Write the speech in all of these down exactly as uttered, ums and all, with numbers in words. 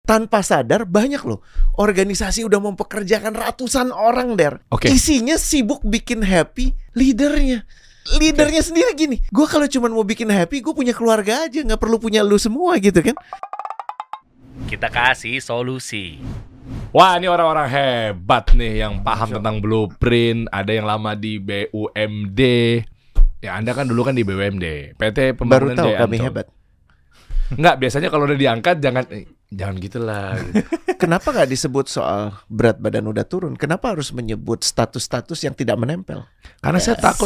tanpa sadar banyak loh organisasi udah mempekerjakan ratusan orang der. Okay. Isinya sibuk bikin happy leadernya. Leadernya okay. sendiri gini, gue kalau cuma mau bikin happy, gue punya keluarga aja, nggak perlu punya lu semua gitu kan. Kita kasih solusi. Wah, ini orang-orang hebat nih yang paham tentang blueprint. Ada yang lama di B U M D. Ya, Anda kan dulu kan di B U M D, P T Pembangunan Baru tahu Jaya kami Ancol. hebat. Enggak, biasanya kalau udah diangkat jangan eh, jangan gitulah. Gitu. Kenapa nggak disebut soal berat badan udah turun? Kenapa harus menyebut status-status yang tidak menempel? Karena yes. saya takut.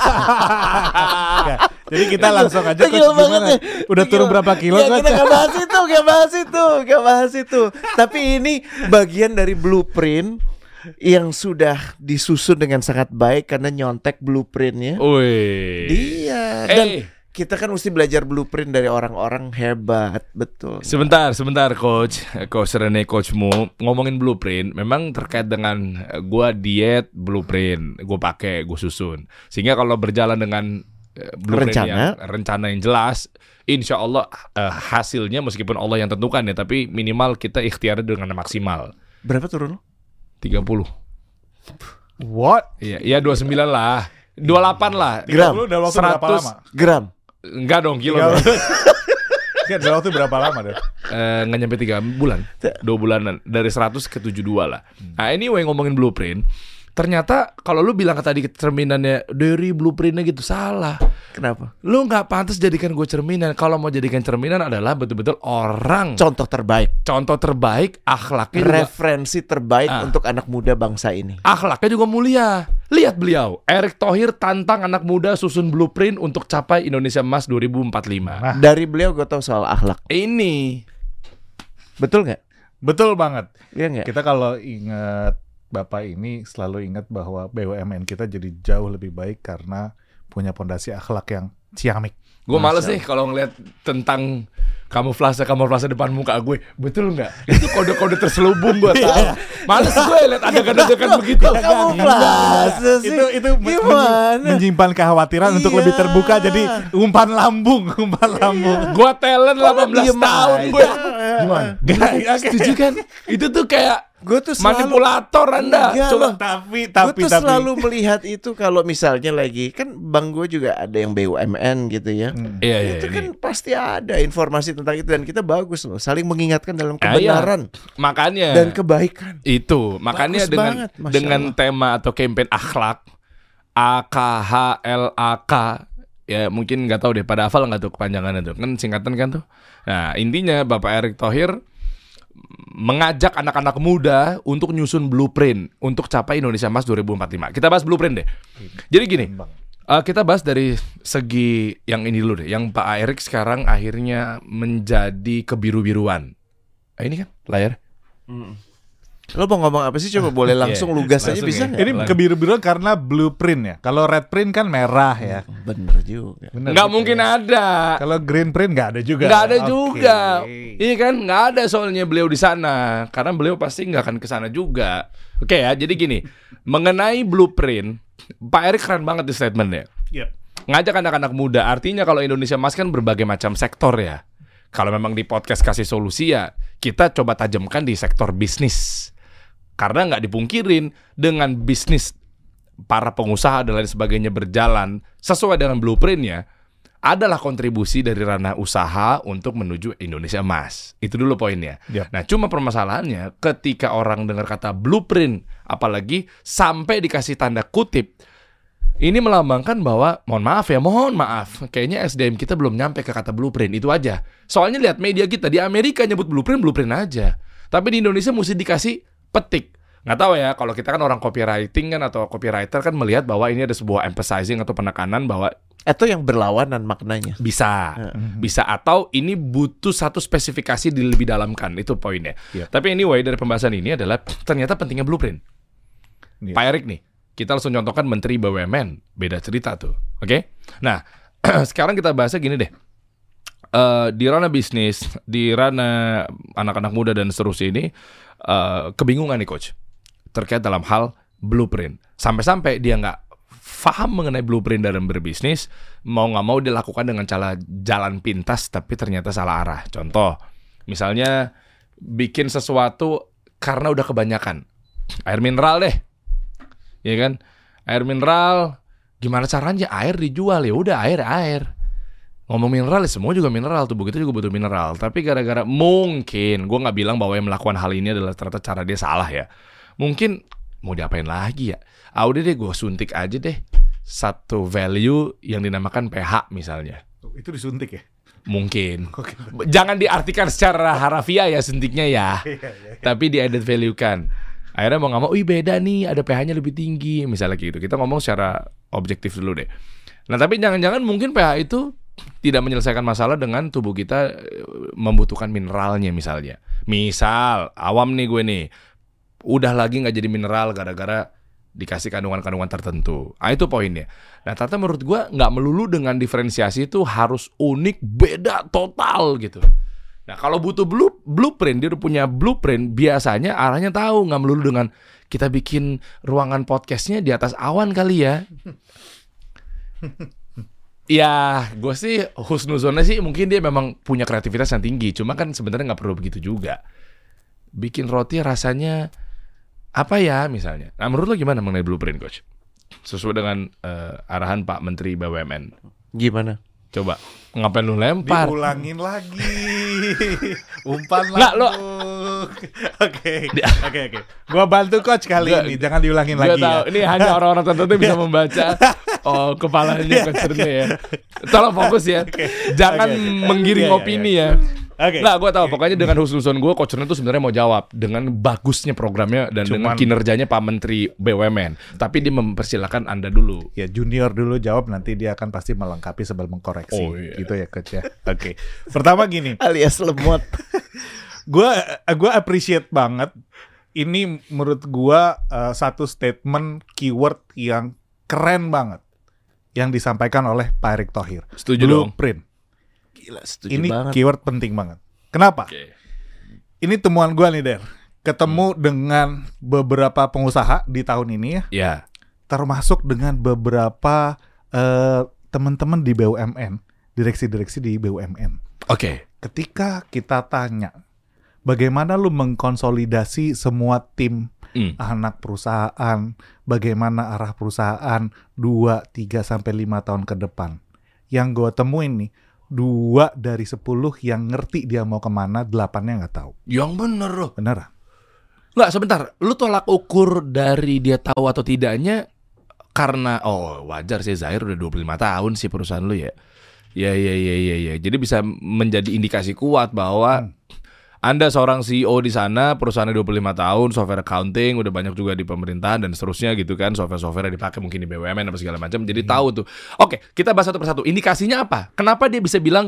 Jadi kita langsung aja Tegil coach gimana? ya. Udah turun berapa kilo ya, coach? kita gak bahas itu, gak bahas itu, gak bahas itu. Tapi ini bagian dari blueprint yang sudah disusun dengan sangat baik karena nyontek blueprintnya. Wih. Dia dan Eh. kita kan mesti belajar blueprint dari orang-orang hebat, betul. Sebentar, sebentar coach, coach Rene, coachmu ngomongin blueprint. Memang terkait dengan eh, gua diet blueprint, gua pakai, gua susun. Sehingga kalau berjalan dengan eh, blueprint Rencana. yang rencana yang jelas, insya Allah eh, hasilnya meskipun Allah yang tentukan ya, tapi minimal kita ikhtiar dengan maksimal. Berapa turun lo? tiga puluh. What? Iya, iya dua puluh sembilan lah. dua puluh delapan lah. Gram. Lu dalam waktu berapa seratus lama? Gram. Enggak dong, kilo. Tiga- dong. Enggak, dalam waktu berapa lama deh? Eh, nggak nyampe tiga bulan, dua bulanan, dari seratus ke tujuh puluh dua lah. Nah anyway, ngomongin blueprint, ternyata kalau lu bilang tadi cerminannya dari blueprintnya gitu, salah. Kenapa? Lu nggak pantas jadikan gue cerminan. Kalau mau jadikan cerminan adalah betul-betul orang Contoh terbaik, contoh terbaik, akhlaknya juga, referensi terbaik Ah. untuk anak muda bangsa ini. akhlaknya juga mulia. Lihat beliau, Erick Thohir tantang anak muda susun blueprint untuk capai Indonesia Emas dua ribu empat puluh lima. Nah. Dari beliau gue tahu soal akhlak. Ini Betul nggak? Betul banget. Iya nggak? Kita kalau ingat Bapak ini selalu ingat bahwa B U M N kita jadi jauh lebih baik karena punya pondasi akhlak yang ciamik. gue males nih kalau ngeliat tentang kamuflase kamuflase depan muka gue, betul nggak? Itu kode-kode terselubung gue tahu. Males gue liat adegan-adegan begitu. Kok kamuflase sih? Itu itu men- Gimana? menyimpan kekhawatiran untuk Iya. lebih terbuka, jadi umpan lambung, umpan lambung. Gue talent delapan belas Diem tahun aja. gue. Gimana? Gak setuju kan? Itu tuh kayak Gue tuh selalu manipulator Anda. Enggak Coba loh. Tapi Gue tapi tuh tapi selalu melihat itu kalau misalnya lagi kan bang gue juga ada yang B U M N gitu ya. Hmm. Iya, iya, Itu ini. kan pasti ada informasi tentang itu dan kita bagus loh, saling mengingatkan dalam Ah, iya. kebenaran Makanya dan kebaikan. itu, makanya Bagus dengan banget, Masya dengan Allah. tema atau campaign akhlak A K H L A K, ya mungkin nggak tahu deh, pada hafal nggak tuh kepanjangannya tuh, kan singkatan kan tuh. Nah intinya Bapak Erick Thohir mengajak anak-anak muda untuk nyusun blueprint untuk capai Indonesia Emas dua ribu empat puluh lima. Kita bahas blueprint deh. Jadi gini, uh, kita bahas dari segi yang ini dulu deh, yang Pak Erick sekarang akhirnya menjadi kebiru-biruan. Ah, ini kan layar. Lo mau ngomong apa sih? Coba boleh langsung Iya, lugas aja langsung bisa ya. nggak? ini kebiru-biruan karena blueprint ya. Kalau red print kan merah ya. Bener juga. Bener Nggak gitu mungkin ya. ada. Kalau green print nggak ada juga. Nggak ada Oke. juga. Iya kan, nggak ada soalnya beliau di sana, karena beliau pasti nggak akan ke sana juga. Oke ya, jadi gini, mengenai blueprint, Pak Erick keren banget di statementnya. Iya. Ngajak anak-anak muda, artinya kalau Indonesia Emas kan berbagai macam sektor ya. Kalau memang di podcast kasih solusi ya, kita coba tajamkan di sektor bisnis. Karena nggak dipungkirin dengan bisnis para pengusaha dan lain sebagainya berjalan sesuai dengan blueprintnya, adalah kontribusi dari ranah usaha untuk menuju Indonesia Emas. Itu dulu poinnya. Yap. Nah, cuma permasalahannya ketika orang dengar kata blueprint, apalagi sampai dikasih tanda kutip, ini melambangkan bahwa, mohon maaf ya, mohon maaf, kayaknya S D M kita belum nyampe ke kata blueprint, itu aja. Soalnya lihat media kita, di Amerika nyebut blueprint, blueprint aja. Tapi di Indonesia mesti dikasih petik. Nggak tahu ya, kalau kita kan orang copywriting kan atau copywriter kan melihat bahwa ini ada sebuah emphasizing atau penekanan bahwa Atau yang berlawanan maknanya. bisa, bisa atau ini butuh satu spesifikasi di lebih dalamkan, itu poinnya. Iya. Tapi anyway, dari pembahasan ini adalah ternyata pentingnya blueprint. Iya. Pak Erick nih, kita langsung contohkan Menteri B U M N, beda cerita tuh, oke? Nah, sekarang kita bahasnya gini deh. Uh, di ranah bisnis, di ranah anak-anak muda dan seterusnya ini, uh, kebingungan nih coach terkait dalam hal blueprint. Sampai-sampai dia nggak paham mengenai blueprint dalam berbisnis, mau nggak mau dilakukan dengan cara jalan pintas, tapi ternyata salah arah. Contoh, misalnya bikin sesuatu karena udah kebanyakan. Air mineral deh, ya kan? Air mineral, gimana caranya air dijual? Ya udah air air. Ngomong mineral, ya semua juga mineral, tubuh kita juga butuh mineral. Tapi gara-gara mungkin, gue nggak bilang bahwa yang melakukan hal ini adalah ternyata cara dia salah ya. Mungkin mau diapain lagi ya? Ah udah deh, gue suntik aja deh satu value yang dinamakan pH misalnya. Itu disuntik ya? Mungkin. Jangan diartikan secara harafiah ya suntiknya ya. Tapi di added value kan. Akhirnya mau nggak mau, wih beda nih, ada pH-nya lebih tinggi misalnya gitu. Kita ngomong secara objektif dulu deh. Nah tapi jangan-jangan mungkin pH itu tidak menyelesaikan masalah dengan tubuh kita membutuhkan mineralnya misalnya. Misal awam nih gue nih, udah lagi nggak jadi mineral gara-gara dikasih kandungan-kandungan tertentu. Ah itu poinnya. Nah ternyata menurut gue nggak melulu dengan diferensiasi itu harus unik, beda, total gitu. Nah kalau butuh blue, blueprint, dia udah punya blueprint, biasanya arahnya tahu, nggak melulu dengan kita bikin ruangan podcastnya di atas awan kali ya. Ya gue sih husnuzonnya sih mungkin dia memang punya kreativitas yang tinggi. Cuma kan sebenarnya nggak perlu begitu juga. Bikin roti rasanya apa ya misalnya. Nah menurut lo gimana mengenai blueprint coach? Sesuai dengan uh, arahan Pak Menteri B U M N. Gimana? Coba ngapain lu lempar? Diulangin lagi. Umpan Nggak, lo- lambung. Oke. Oke oke. Gua bantu coach kali Gua- ini. Jangan diulangin Gua lagi tahu, ya. ini hanya orang-orang tertentu bisa membaca oh kepalanya concernnya ya. Tolong fokus ya. Jangan Oke, oke. menggiring Iya, iya, opini iya. ya. Oke. Nggak, gue tahu. Pokoknya dengan husnuzon gue, Coach Ren tuh sebenarnya mau jawab dengan bagusnya programnya dan dengan Cuman- kinerjanya Pak Menteri B U M N. Tapi dia mempersilahkan Anda dulu. Ya junior dulu jawab, nanti dia akan pasti melengkapi sambil mengkoreksi. Oh, iya. Gitu ya coach ya. Oke. Pertama gini, Alias lemot. gue gue appreciate banget. Ini menurut gue uh, satu statement keyword yang keren banget yang disampaikan oleh Pak Erick Thohir. Setuju dong. Blueprint. Gila, setuju Ini banget. keyword penting banget. Kenapa? Oke. Ini temuan gue nih, Der. Ketemu dengan beberapa pengusaha di tahun ini ya, Ya. termasuk dengan beberapa eh, teman-teman di B U M N, direksi-direksi di B U M N. Oke. Ketika kita tanya, bagaimana lu mengkonsolidasi semua tim Hmm. anak perusahaan, bagaimana arah perusahaan dua, tiga sampai lima tahun ke depan. Yang gue temuin nih, dua dari sepuluh yang ngerti dia mau kemana, delapannya nggak tahu. Yang bener loh. Beneran? Nggak, sebentar. Lu tolak ukur dari dia tahu atau tidaknya karena, oh wajar sih Zahir udah dua puluh lima tahun sih perusahaan lu ya. Ya, ya, ya, ya, ya. Jadi bisa menjadi indikasi kuat bahwa Hmm. Anda seorang C E O di sana, perusahaannya dua puluh lima tahun, software accounting, udah banyak juga di pemerintahan dan seterusnya gitu kan, software-software yang dipakai mungkin di B U M N apa segala macam. Jadi tahu tuh. Oke, kita bahas satu persatu. Indikasinya apa? Kenapa dia bisa bilang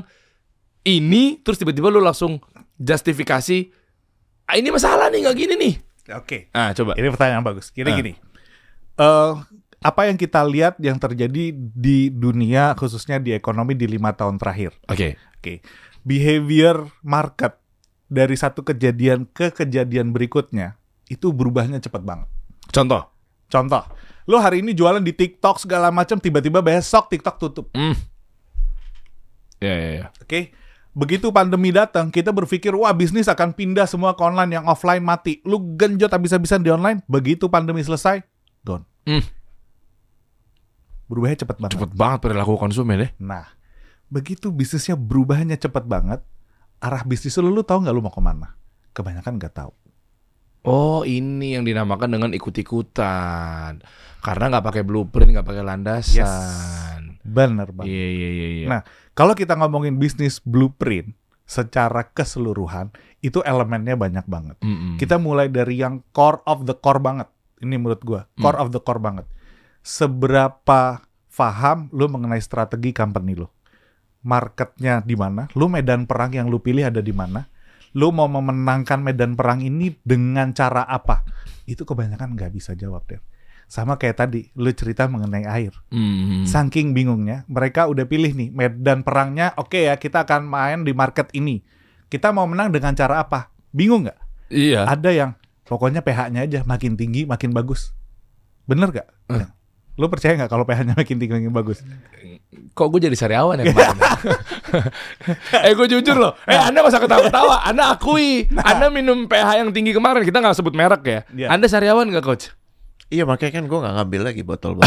ini, terus tiba-tiba lu langsung justifikasi, ah, ini masalah nih, nggak gini nih. Oke. Ah, coba. Ini pertanyaan bagus. Gini Ah. gini. Eh, apa yang kita lihat yang terjadi di dunia khususnya di ekonomi di lima tahun terakhir? Oke. Oke. Behavior market dari satu kejadian ke kejadian berikutnya itu berubahnya cepat banget. Contoh. Contoh, lo hari ini jualan di TikTok segala macam, tiba-tiba besok TikTok tutup. Hmm. Ya, ya, ya. Oke. Begitu pandemi datang, kita berpikir, wah bisnis akan pindah semua ke online, yang offline mati. Lu genjot habis-habisan di online, begitu pandemi selesai, gone. Hmm. Berubahnya cepat banget. Cepet banget perilaku konsumen deh. Nah, begitu bisnisnya berubahnya cepat banget, arah bisnis lu, lu tahu nggak lu mau kemana? Kebanyakan nggak tahu. Oh, ini yang dinamakan dengan ikut-ikutan. Karena nggak pakai blueprint, nggak pakai landasan. Bener banget. Iya, iya, iya, iya. Nah, kalau kita ngomongin bisnis blueprint secara keseluruhan, itu elemennya banyak banget. Mm-mm. Kita mulai dari yang core of the core banget. Ini menurut gua, core Hmm. of the core banget. Seberapa paham lu mengenai strategi company lu? Marketnya di mana? Lu medan perang yang lu pilih ada di mana? Lu mau memenangkan medan perang ini dengan cara apa? Itu kebanyakan nggak bisa jawab deh. Sama kayak tadi, lu cerita mengenai air. Mm. Saking bingungnya, mereka udah pilih nih medan perangnya. Oke ya, kita akan main di market ini. Kita mau menang dengan cara apa? Bingung nggak? Iya. Ada yang pokoknya pH-nya aja makin tinggi makin bagus. Bener gak? Eh. Lu percaya nggak kalau pH-nya makin tinggi makin bagus? Kok gue jadi sariawan ya kemarin? eh gue jujur loh. Eh Anda masa ketawa-ketawa. Anda akui. Anda minum pH yang tinggi kemarin. Kita nggak sebut merek ya. Iya. Anda sariawan nggak coach? Iya makanya kan gue nggak ngambil lagi botol-botol.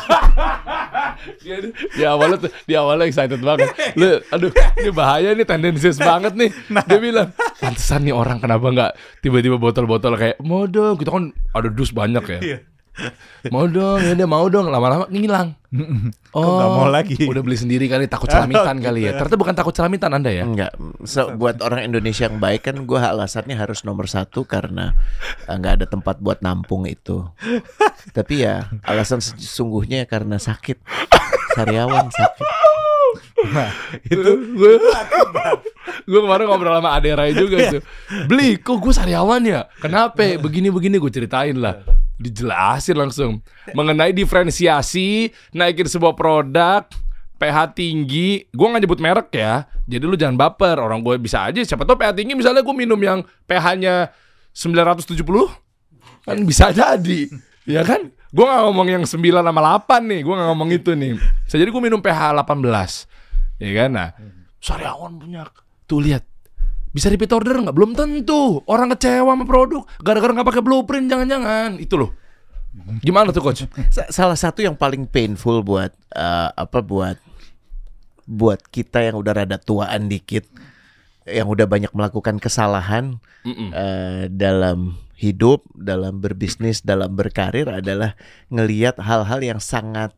Di awalnya tuh, di awalnya excited banget. Lu, aduh, ini bahaya nih, tendensius banget nih. Dia bilang, pantesan nih orang kenapa nggak tiba-tiba botol-botol kayak mau dong. Kita kan ada dus banyak ya. Iya. Mau dong, ya dia mau dong. Lama-lama ngilang. Kok nggak mau lagi? Udah beli sendiri kali, takut celamitan kali ya. Ternyata bukan takut celamitan Anda ya? Enggak, so, buat orang Indonesia yang baik kan gue alasannya harus nomor satu karena uh, nggak ada tempat buat nampung itu. Tapi ya alasan sesungguhnya karena sakit, sariawan sakit. Nah, itu gue gue kemarin ngobrol sama Aderai juga tuh. Beli, kok gue sariawan ya? Kenapa? Begini-begini gue ceritain lah. Dijelasin langsung mengenai diferensiasi naikin sebuah produk pH tinggi. Gue nggak nyebut merek ya, jadi lu jangan baper. Orang gue bisa aja, siapa tau pH tinggi misalnya gue minum yang pH-nya sembilan ratus tujuh puluh kan bisa jadi, ya kan? Gue nggak ngomong yang sembilan sama delapan nih, gue nggak ngomong itu nih. Bisa jadi gue minum pH delapan belas, ya kan? Nah, sariawan punya tuh lihat. Bisa repeat order nggak? Belum tentu. Orang kecewa sama produk gara-gara nggak pakai blueprint, jangan-jangan. Itu loh. Gimana tuh coach? Salah satu yang paling painful buat uh, apa buat buat kita yang udah rada tuaan dikit, yang udah banyak melakukan kesalahan uh, dalam hidup, dalam berbisnis, dalam berkarir adalah ngelihat hal-hal yang sangat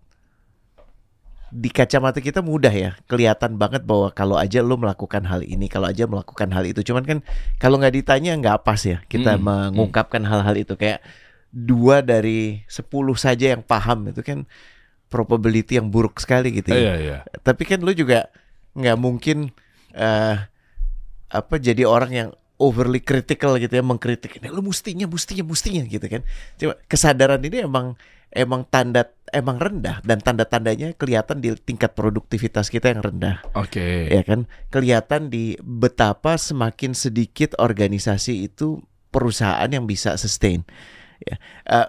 di kacamata kita mudah ya, kelihatan banget bahwa kalau aja lo melakukan hal ini, kalau aja melakukan hal itu. Cuman kan kalau nggak ditanya nggak pas ya kita hmm, mengungkapkan hmm. hal-hal itu. Kayak dua dari sepuluh saja yang paham itu kan probability yang buruk sekali gitu ya. Iya, iya. Tapi kan lo juga nggak mungkin uh, apa jadi orang yang overly critical gitu ya, mengkritik ini lo mustinya, mustinya, mustinya gitu kan. Cuma kesadaran ini emang emang tanda emang rendah, dan tanda-tandanya kelihatan di tingkat produktivitas kita yang rendah. Oke. Okay. Ya kan? Kelihatan di betapa semakin sedikit organisasi itu perusahaan yang bisa sustain. Ya. Uh,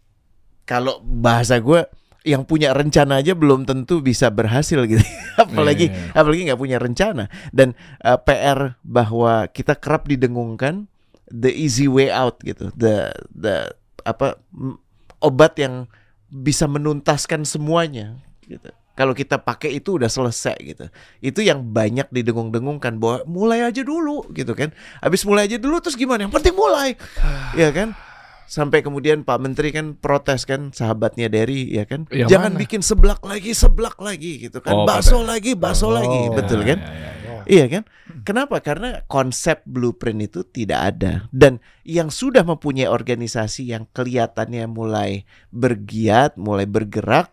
kalau bahasa gue, yang punya rencana aja belum tentu bisa berhasil gitu. apalagi yeah, yeah. apalagi nggak punya rencana. Dan uh, P R bahwa kita kerap didengungkan the easy way out gitu. The the apa obat yang bisa menuntaskan semuanya gitu. Kalau kita pakai itu udah selesai gitu. Itu yang banyak didengung-dengungkan bahwa mulai aja dulu gitu kan. Habis mulai aja dulu terus gimana? Yang penting mulai. Ya kan? Sampai kemudian Pak Menteri kan protes kan, sahabatnya Derry ya kan. Yang jangan mana? Bikin seblak lagi, seblak lagi gitu kan. Oh, bakso lagi, bakso oh, lagi. Betul kan? Ya, ya, ya. Iya kan? Kenapa? Karena konsep blueprint itu tidak ada. Dan yang sudah mempunyai organisasi yang kelihatannya mulai bergiat, mulai bergerak,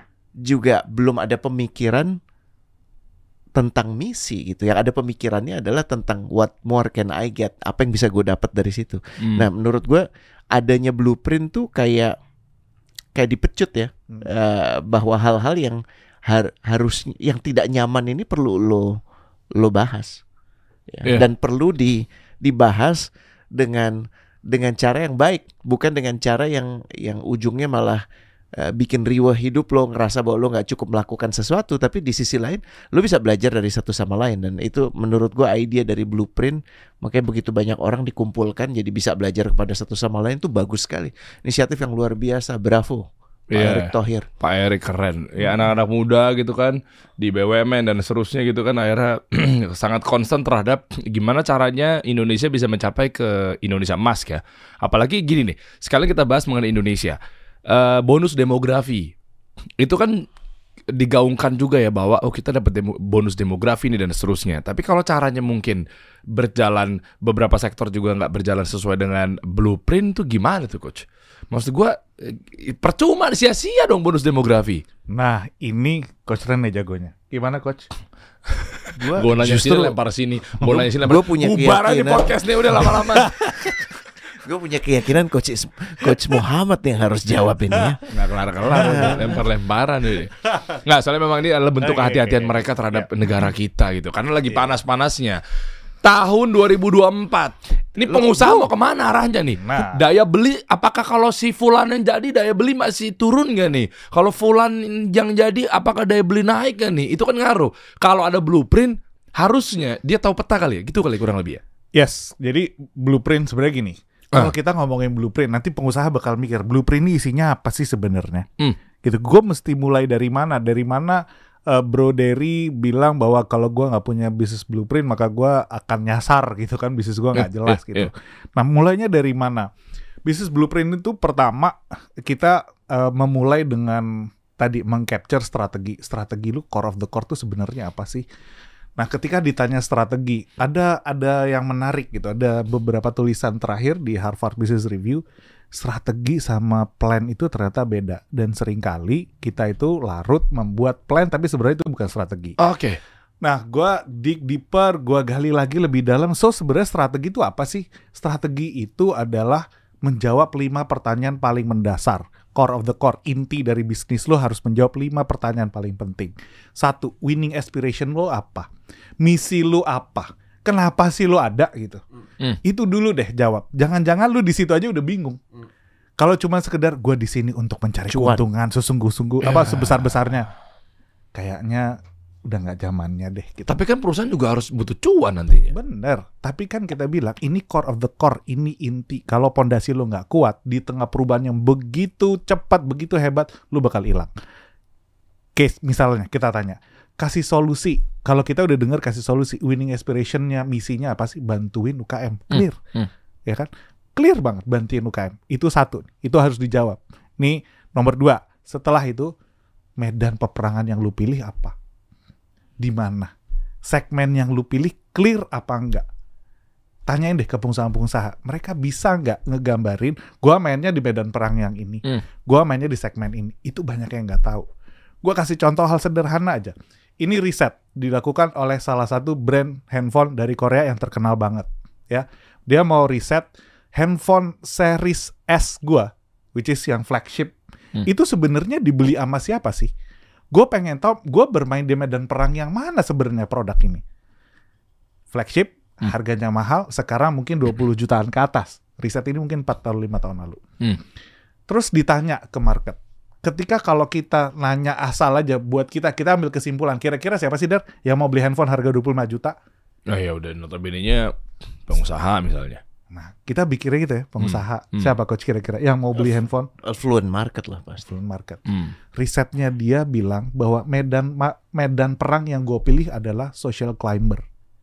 juga belum ada pemikiran tentang misi gitu. Yang ada pemikirannya adalah tentang what more can I get? Apa yang bisa gue dapat dari situ? Hmm. Nah, menurut gue adanya blueprint tuh kayak kayak dipecut ya. Hmm. Uh, bahwa hal-hal yang har- harus yang tidak nyaman ini perlu lo lo bahas. Ya, yeah. Dan perlu di dibahas dengan dengan cara yang baik, bukan dengan cara yang yang ujungnya malah uh, bikin riwah hidup lo, ngerasa bahwa lo nggak cukup melakukan sesuatu. Tapi di sisi lain lo bisa belajar dari satu sama lain, dan itu menurut gue idea dari blueprint. Makanya begitu banyak orang dikumpulkan jadi bisa belajar kepada satu sama lain, itu bagus sekali. Inisiatif yang luar biasa, bravo Pak yeah, Erick Thohir. Pak Erick keren. Ya anak-anak muda gitu kan di B U M N dan seterusnya gitu kan akhirnya sangat konstan terhadap gimana caranya Indonesia bisa mencapai ke Indonesia emas ya. Apalagi gini nih, sekali kita bahas mengenai Indonesia. Uh, bonus demografi. Itu kan digaungkan juga ya bahwa oh kita dapat demo, bonus demografi nih dan seterusnya. Tapi kalau caranya mungkin berjalan, beberapa sektor juga nggak berjalan sesuai dengan blueprint tuh gimana tuh coach? Maksud gue percuma, sia-sia dong bonus demografi. Nah ini coach Ren nih jagonya. Gimana coach? Gua gue nanya justru, sini lempar sini, gue nanya sini lempar. Gue punya keyakinan. Ubar aja podcast nih udah lama-lama. Gue punya keyakinan coach coach Muhammad yang harus jawab ini ya. Nggak kelar-kelar, lempar-lemparan ini. Nggak, soalnya memang ini adalah bentuk kehati-hatian mereka terhadap negara kita gitu. Karena lagi panas-panasnya. tahun dua ribu dua puluh empat. Ini pengusaha mau kemana arahnya nih? Nah. Daya beli, apakah kalau si Fulan yang jadi daya beli masih turun gak nih? Kalau Fulan yang jadi, apakah daya beli naik gak nih? Itu kan ngaruh. Kalau ada blueprint, harusnya dia tahu peta kali ya, gitu kali kurang lebih ya. Yes, jadi blueprint sebenarnya gini. Kalau kita ngomongin blueprint, nanti pengusaha bakal mikir blueprint ini isinya apa sih sebenarnya? Hmm. Gitu. Gue mesti mulai dari mana? Dari mana? Uh, Bro Derry bilang bahwa kalau gue nggak punya bisnis blueprint maka gue akan nyasar gitu kan, bisnis gue nggak jelas gitu. Nah mulainya dari mana? Bisnis blueprint itu pertama kita uh, memulai dengan tadi mengcapture strategi. Strategi lu core of the core tuh sebenarnya apa sih? Nah ketika ditanya strategi, ada ada yang menarik gitu. Ada beberapa tulisan terakhir di Harvard Business Review. Strategi sama plan itu ternyata beda, dan seringkali kita itu larut membuat plan tapi sebenarnya itu bukan strategi. Oke. Okay. Nah, gue dig deeper, gue gali lagi lebih dalam. So sebenarnya strategi itu apa sih? Strategi itu adalah menjawab lima pertanyaan paling mendasar, core of the core, inti dari bisnis lo harus menjawab lima pertanyaan paling penting. Satu, winning aspiration lo apa? Misi lo apa? Kenapa sih lo ada gitu? Hmm. Itu dulu deh jawab. Jangan-jangan lu di situ aja udah bingung. Hmm. Kalau cuma sekedar gue di sini untuk mencari Cuan. keuntungan sesungguh-sungguh, ya. apa sebesar-besarnya, kayaknya udah nggak zamannya deh. Gitu. Tapi kan perusahaan juga harus butuh cuan nantinya. Bener. Tapi kan kita bilang ini core of the core, ini inti. Kalau pondasi lo nggak kuat di tengah perubahan yang begitu cepat, begitu hebat, lu bakal hilang. Case misalnya kita tanya. Kasih solusi. Kalau kita udah dengar kasih solusi, winning aspiration-nya, misinya apa sih? Bantuin U K M. Clear. Hmm. Hmm. Ya kan? Clear banget bantuin U K M. Itu satu. Itu harus dijawab. Nih, nomor dua. Setelah itu, medan peperangan yang lu pilih apa? Di mana? Segmen yang lu pilih clear apa enggak? Tanyain deh ke pengusaha-pengusaha. Mereka bisa nggak ngegambarin, gua mainnya di medan perang yang ini. Hmm. Gua mainnya di segmen ini. Itu banyak yang nggak tahu. Gua kasih contoh hal sederhana aja. Ini riset dilakukan oleh salah satu brand handphone dari Korea yang terkenal banget, ya. Dia mau riset handphone series S gua, which is yang flagship. Hmm. Itu sebenarnya dibeli sama siapa sih? Gue pengen tahu, gue bermain di medan perang yang mana sebenarnya produk ini. Flagship, hmm. harganya mahal, sekarang mungkin dua puluh jutaan ke atas. Riset ini mungkin empat atau lima tahun lalu. Hmm. Terus ditanya ke market. Ketika kalau kita nanya asal aja buat kita, kita ambil kesimpulan. Kira-kira siapa sih, Der, yang mau beli handphone harga dua puluh lima juta? Nah ya udah, notabene-nya pengusaha misalnya. Nah, kita pikirnya gitu ya, pengusaha. Hmm. Siapa coach kira-kira yang mau beli handphone? Affluent market lah pasti. Affluent market. Hmm. Risetnya dia bilang bahwa medan ma- medan perang yang gue pilih adalah social climber.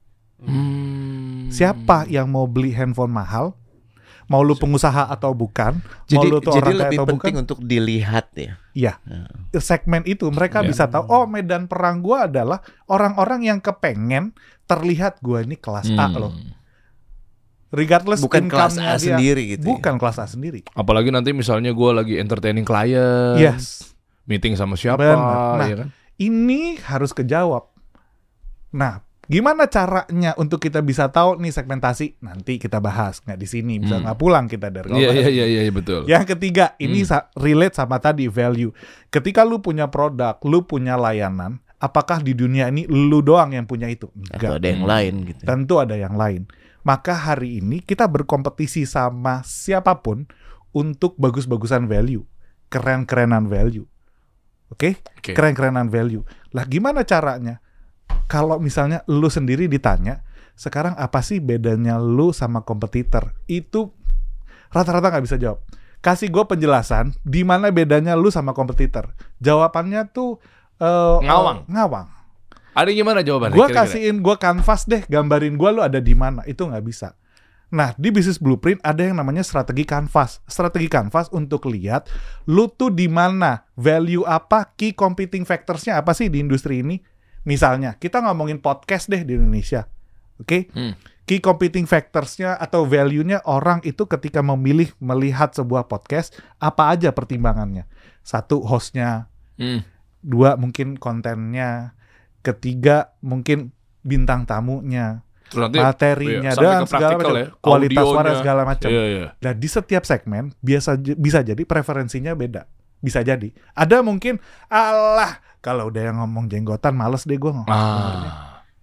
Hmm. Siapa yang mau beli handphone mahal? Mau lu pengusaha atau bukan? Jadi, mau lu tuh jadi orang lebih atau penting bukan? Untuk dilihat ya. Iya. Hmm. Segmen itu mereka yeah. bisa tahu. Oh, medan perang gue adalah orang-orang yang kepengen terlihat gue ini kelas hmm. A loh. Regardless bukan kelas A dia, sendiri gitu. Bukan ya? kelas A sendiri. Apalagi nanti misalnya gue lagi entertaining klien. Yes. Meeting sama siapa. Nah, ya kan? Ini harus kejawab. Nah, gimana caranya untuk kita bisa tahu nih segmentasi? Nanti kita bahas. Nggak di sini. Bisa nggak hmm. pulang kita dari. Iya, iya, iya, iya, betul. Yang ketiga, ini hmm. relate sama tadi value. Ketika lu punya produk, lu punya layanan, apakah di dunia ini lu doang yang punya itu? Enggak. Atau ada yang lain gitu. Tentu ada yang lain. Maka hari ini kita berkompetisi sama siapapun untuk bagus-bagusan value, keren-kerenan value. Oke? Okay? Okay. Keren-kerenan value. Lah gimana caranya? Kalau misalnya lu sendiri ditanya, sekarang apa sih bedanya lu sama kompetitor? Itu rata-rata nggak bisa jawab. Kasih gue penjelasan, di mana bedanya lu sama kompetitor? Jawabannya tuh uh, ngawang. Uh, ngawang. Ada gimana jawabannya? Gue kasihin, gue kanvas deh, gambarin gue lu ada di mana. Itu nggak bisa. Nah, di bisnis blueprint ada yang namanya strategi kanvas. Strategi kanvas untuk lihat lu tuh di mana, value apa, key competing factors-nya apa sih di industri ini. Misalnya, kita ngomongin podcast deh di Indonesia. Oke? Okay? Hmm. Key competing factors-nya atau value-nya orang itu ketika memilih melihat sebuah podcast, apa aja pertimbangannya? Satu, host-nya. Hmm. Dua, mungkin kontennya. Ketiga, mungkin bintang tamunya, nanti, materinya, iya, dan segala macam, ya, kualitas suara segala macam. Iya, iya. Nah, di setiap segmen biasa bisa jadi preferensinya beda. Bisa jadi. Ada mungkin, alah, kalau udah yang ngomong jenggotan, males deh gue ngomong. Ah.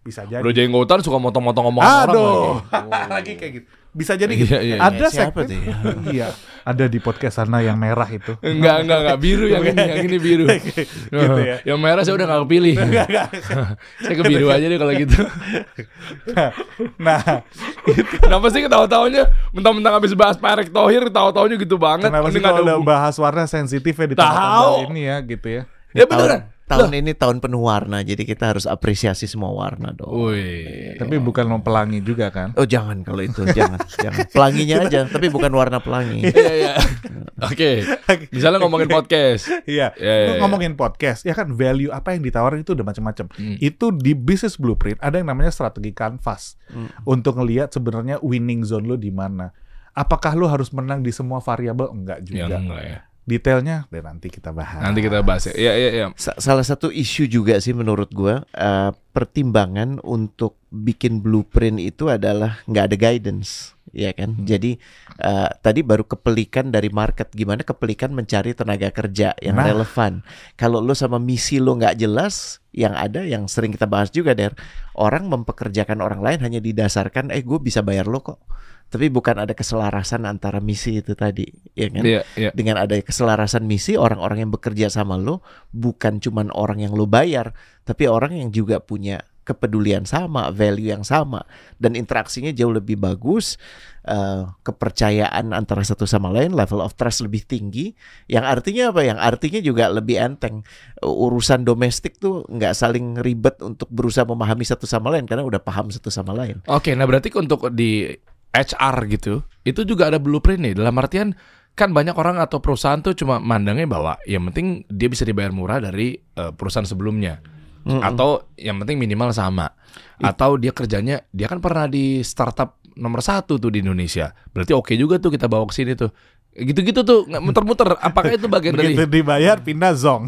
Bisa jadi. Bro jenggotan suka motong-motong ngomong orang Aduh, lagi. lagi kayak gitu. Bisa jadi gitu. Iya, iya. Ada Siapa segmen, tuh ya? iya, ada di podcast sana yang merah itu. Enggak, enggak, enggak biru yang ini, yang ini biru. Gitu ya. Yang merah saya udah enggak kepilih. Saya ke biru aja deh kalau gitu. Nah, Kenapa sih ketawa-tawanya mentang-mentang habis bahas Pak Erick Thohir ketawa-tawanya gitu banget. kenapa Ini sih nggak kalau ada udah hubung- bahas warna sensitif ya di Tahu. tanggal ini ya gitu ya. Ya beneran. Tahun ini tahun penuh warna, jadi kita harus apresiasi semua warna dong. Wih. Tapi bukan mempelangi juga kan? Oh jangan kalau itu, jangan, jangan. Pelanginya aja, tapi bukan warna pelangi. Iya, iya. Oke. Misalnya ngomongin podcast. Iya, Ya, ya, lu ya. ngomongin podcast, ya kan value apa yang ditawarin itu udah macam-macam. Hmm. Itu di business blueprint ada yang namanya strategi canvas Hmm. untuk ngelihat sebenarnya winning zone lo di mana. Apakah lo harus menang di semua variabel? Enggak Ya juga. enggak ya. Detailnya deh nanti kita bahas. Nanti kita bahas ya. Iya, iya, iya. Sa- Salah satu isu juga sih menurut gua, eh, pertimbangan untuk bikin blueprint itu adalah nggak ada guidance, ya kan? Jadi eh, tadi baru kepelikan dari market, gimana kepelikan mencari tenaga kerja yang Nah. relevan. Kalau lo sama misi lo nggak jelas, yang ada yang sering kita bahas juga, Der, orang mempekerjakan orang lain hanya didasarkan, eh gue bisa bayar lo kok. Tapi bukan ada keselarasan antara misi itu tadi, ya kan? Iya, iya. Dengan ada keselarasan misi, orang-orang yang bekerja sama lo bukan cuman orang yang lo bayar, tapi orang yang juga punya kepedulian sama, value yang sama, dan interaksinya jauh lebih bagus, eh, kepercayaan antara satu sama lain, level of trust lebih tinggi, yang artinya apa? Yang artinya juga lebih enteng. Urusan domestik tuh nggak saling ribet untuk berusaha memahami satu sama lain, karena udah paham satu sama lain. Oke, nah berarti untuk di H R gitu, itu juga ada blueprint nih. Dalam artian kan banyak orang atau perusahaan tuh cuma mandangnya bahwa yang penting dia bisa dibayar murah dari uh, perusahaan sebelumnya. Mm-mm. Atau yang penting minimal sama. Atau dia kerjanya, dia kan pernah di startup nomor satu tuh di Indonesia. Berarti oke juga tuh kita bawa ke sini tuh. Gitu-gitu tuh, nggak muter-muter. Apakah itu bagian dari... Begitu dibayar pindah zong.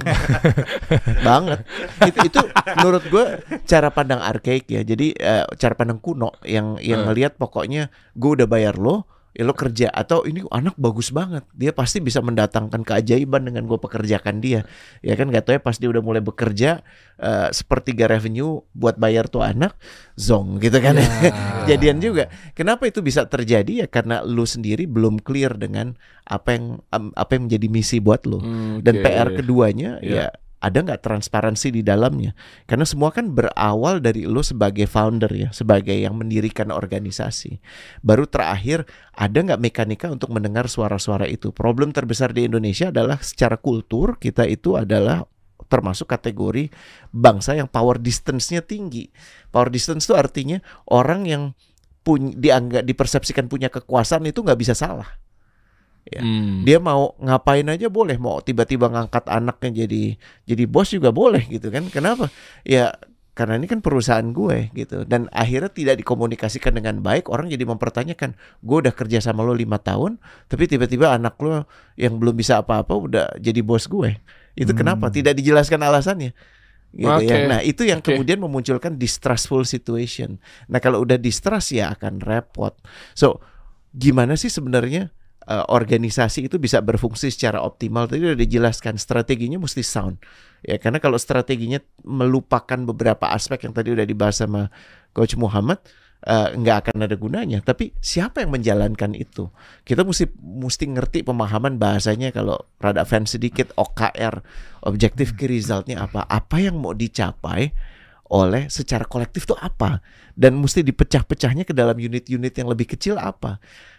Banget. itu, itu menurut gue cara pandang arkaik ya. Jadi eh, cara pandang kuno yang yang Hmm. ngelihat pokoknya gue udah bayar lo, ya lo kerja, atau ini anak bagus banget, dia pasti bisa mendatangkan keajaiban dengan gue pekerjakan dia, ya kan? Gak tau ya pas dia udah mulai bekerja, uh, sepertiga revenue buat bayar tuh anak, zong gitu kan. Ya. Jadian juga. Kenapa itu bisa terjadi? Ya karena lu sendiri belum clear dengan apa yang um, apa yang menjadi misi buat lo. Hmm, Dan oke. P R keduanya Iya. ya ada nggak transparansi di dalamnya? Karena semua kan berawal dari lo sebagai founder ya, sebagai yang mendirikan organisasi. Baru terakhir ada nggak mekanika untuk mendengar suara-suara itu? Problem terbesar di Indonesia adalah secara kultur kita itu adalah termasuk kategori bangsa yang power distance-nya tinggi. Power distance itu artinya orang yang punya, dianggap dipersepsikan punya kekuasaan itu nggak bisa salah. Ya. Hmm. Dia mau ngapain aja boleh, mau tiba-tiba ngangkat anaknya jadi jadi bos juga boleh gitu kan. Kenapa? Ya karena ini kan perusahaan gue gitu. Dan akhirnya tidak dikomunikasikan dengan baik, orang jadi mempertanyakan, gue udah kerja sama lo lima tahun, tapi tiba-tiba anak lo yang belum bisa apa-apa udah jadi bos gue. Itu Hmm. kenapa? Tidak dijelaskan alasannya. Gitu Oke. ya. Nah itu yang Oke. kemudian memunculkan distrustful situation. Nah kalau udah distrust ya akan repot. So gimana sih sebenarnya Uh, organisasi itu bisa berfungsi secara optimal? Tadi udah dijelaskan strateginya mesti sound ya, karena kalau strateginya melupakan beberapa aspek yang tadi udah dibahas sama Coach Muhammad, uh, nggak akan ada gunanya. Tapi siapa yang menjalankan itu? Kita mesti mesti ngerti pemahaman bahasanya. Kalau rada fans sedikit, O K R, objective key resultnya apa? Apa yang mau dicapai oleh secara kolektif tuh apa? Dan mesti dipecah-pecahnya ke dalam unit-unit yang lebih kecil apa?